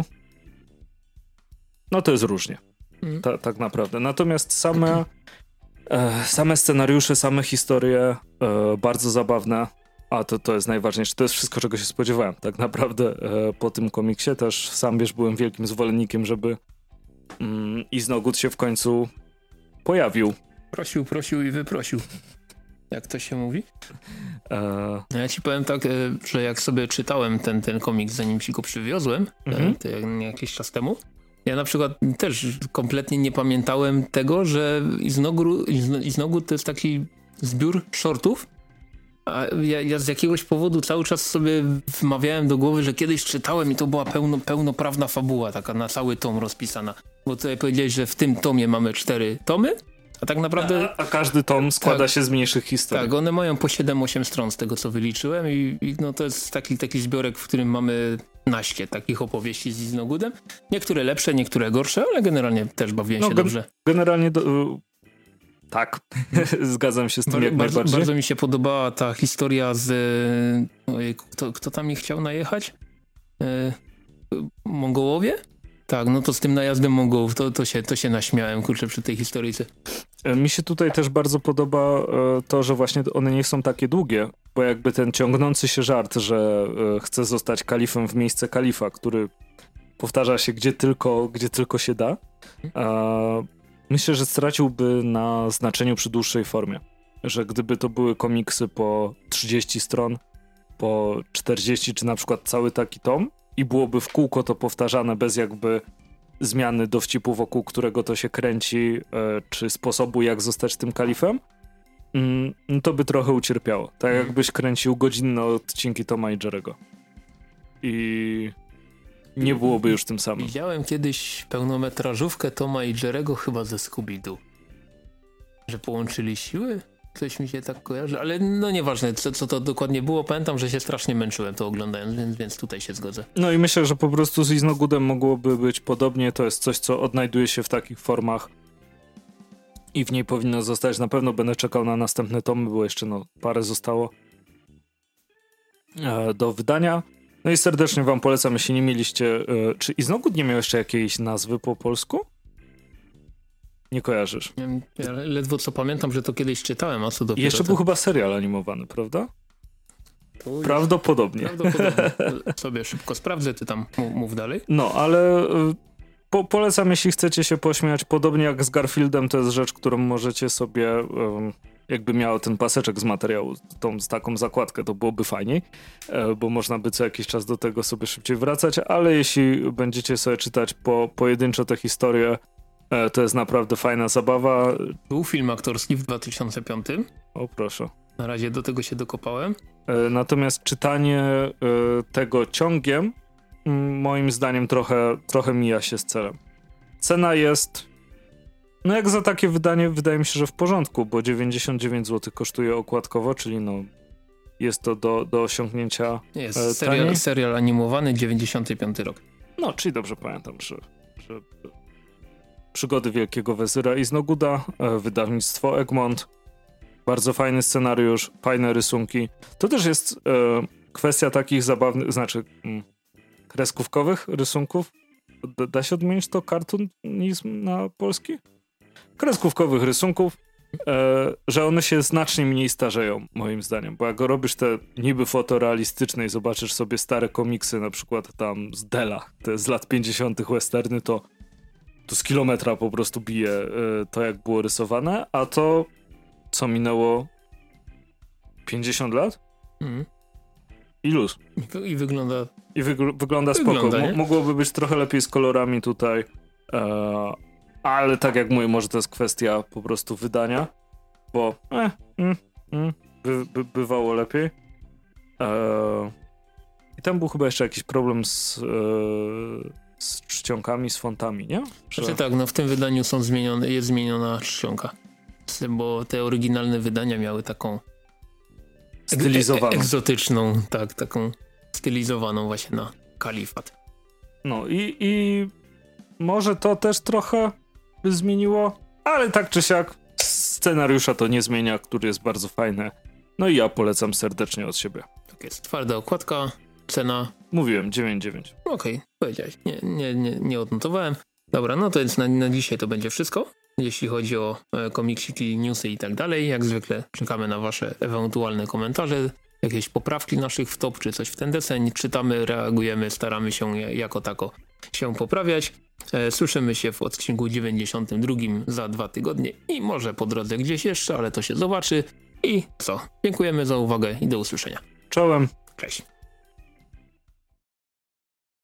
no to jest różnie. Mm. Ta, tak naprawdę. Natomiast same, e, same scenariusze, same historie e, bardzo zabawne. A to, to jest najważniejsze. To jest wszystko, czego się spodziewałem. Tak naprawdę e, po tym komiksie też sam, wiesz, byłem wielkim zwolennikiem, żeby mm, Iznogut się w końcu pojawił. Prosił, prosił i wyprosił. Jak to się mówi? E... Ja ci powiem tak, że jak sobie czytałem ten, ten komiks, zanim ci go przywiozłem, mhm. to jakiś czas temu, ja na przykład też kompletnie nie pamiętałem tego, że Iznogut, Iznogut to jest taki zbiór shortów. A ja, ja z jakiegoś powodu cały czas sobie wmawiałem do głowy, że kiedyś czytałem i to była pełno, pełnoprawna fabuła, taka na cały tom rozpisana. Bo tutaj powiedziałeś, że w tym tomie mamy cztery tomy, a tak naprawdę... A, a każdy tom składa tak, się z mniejszych historii. Tak, one mają po siedem osiem stron z tego, co wyliczyłem i, i no to jest taki, taki zbiorek, w którym mamy naście takich opowieści z Iznogudem. Niektóre lepsze, niektóre gorsze, ale generalnie też bawiłem no, się gen- dobrze. Generalnie... Do, Tak, zgadzam się z tym bardzo, jak najbardziej. Bardzo mi się podobała ta historia z... Ojej, kto, kto tam nie chciał najechać? E, Mongołowie? Tak, no to z tym najazdem Mongołów, to, to, się, to się naśmiałem, kurczę, przy tej historyjce. Mi się tutaj też bardzo podoba to, że właśnie one nie są takie długie, bo jakby ten ciągnący się żart, że chce zostać kalifem w miejsce kalifa, który powtarza się gdzie tylko, gdzie tylko się da, a myślę, że straciłby na znaczeniu przy dłuższej formie. Że gdyby to były komiksy po trzydzieści stron, po czterdzieści, czy na przykład cały taki tom i byłoby w kółko to powtarzane bez jakby zmiany dowcipu, wokół którego to się kręci, czy sposobu, jak zostać tym kalifem, to by trochę ucierpiało. Tak jakbyś kręcił godzinne odcinki Toma i Jerry'ego. I... nie byłoby już tym samym. Widziałem kiedyś pełnometrażówkę Toma i Jerry'ego chyba ze Scooby-Doo. Że połączyli siły? Coś mi się tak kojarzy, ale no nieważne, co, co to dokładnie było. Pamiętam, że się strasznie męczyłem to oglądając, więc, więc tutaj się zgodzę. No i myślę, że po prostu z Iznogudem mogłoby być podobnie. To jest coś, co odnajduje się w takich formach i w niej powinno zostać. Na pewno będę czekał na następne tomy, bo jeszcze no parę zostało e, do wydania. No i serdecznie wam polecam, jeśli nie mieliście... Yy, czy Iznogud nie miał jeszcze jakiejś nazwy po polsku? Nie kojarzysz. Ja ledwo co pamiętam, że to kiedyś czytałem, a co dopiero... Jeszcze był chyba serial animowany, prawda? To prawdopodobnie. Prawdopodobnie. Sobie szybko sprawdzę, ty tam mów, mów dalej. No, ale yy, po, polecam, jeśli chcecie się pośmiać. Podobnie jak z Garfieldem, to jest rzecz, którą możecie sobie... Yy, jakby miało ten paseczek z materiału, tą, z taką zakładkę, to byłoby fajniej, bo można by co jakiś czas do tego sobie szybciej wracać, ale jeśli będziecie sobie czytać po, pojedynczo te historie, to jest naprawdę fajna zabawa. Był film aktorski w dwa tysiące piątym. O proszę. Na razie do tego się dokopałem. Natomiast czytanie tego ciągiem moim zdaniem trochę, trochę mija się z celem. Cena jest... No jak za takie wydanie wydaje mi się, że w porządku, bo dziewięćdziesiąt dziewięć złotych kosztuje okładkowo, czyli no jest to do, do osiągnięcia Jest e, serial, serial animowany, dziewięćdziesiąty piąty rok. No, czyli dobrze pamiętam, że, że Przygody Wielkiego Wezyra Iznoguda, e, wydawnictwo Egmont, bardzo fajny scenariusz, fajne rysunki. To też jest e, kwestia takich zabawnych, znaczy mm, kreskówkowych rysunków. Da, da się odmienić to kartunizm na polski? Kreskówkowych rysunków, e, że one się znacznie mniej starzeją, moim zdaniem, bo jak robisz te niby fotorealistyczne i zobaczysz sobie stare komiksy, na przykład tam z Della, te z lat pięćdziesiątych westerny, to, to z kilometra po prostu bije e, to, jak było rysowane, a to, co minęło pięćdziesiąt lat? Mm. I luz. I, i wygląda... I wygl- wygląda spoko. Wygląda, M- mogłoby być trochę lepiej z kolorami tutaj, e, ale tak jak mówię, może to jest kwestia po prostu wydania, bo eh, mm, mm, by, by, bywało lepiej. E, I tam był chyba jeszcze jakiś problem z, e, z czcionkami, z fontami, nie? Że... Znaczy tak, no w tym wydaniu są zmienione, jest zmieniona czcionka, bo te oryginalne wydania miały taką stylizowaną. E- egzotyczną, tak, taką stylizowaną właśnie na kalifat. No i, i może to też trochę by zmieniło, ale tak czy siak scenariusza to nie zmienia, który jest bardzo fajny. No i ja polecam serdecznie od siebie. Tak jest, twarda okładka, cena... Mówiłem, dziewięć dziewięć. Okej, okay, powiedziałeś, nie, nie, nie, nie odnotowałem. Dobra, no to więc na, na dzisiaj to będzie wszystko. Jeśli chodzi o e, komiksiki, newsy i tak dalej, jak zwykle czekamy na wasze ewentualne komentarze, jakieś poprawki naszych w top, czy coś w ten deseń. Czytamy, reagujemy, staramy się jako tako się poprawiać. E, słyszymy się w odcinku dziewięćdziesiątym drugim za dwa tygodnie i może po drodze gdzieś jeszcze, ale to się zobaczy. I co? Dziękujemy za uwagę i do usłyszenia. Czołem. Cześć.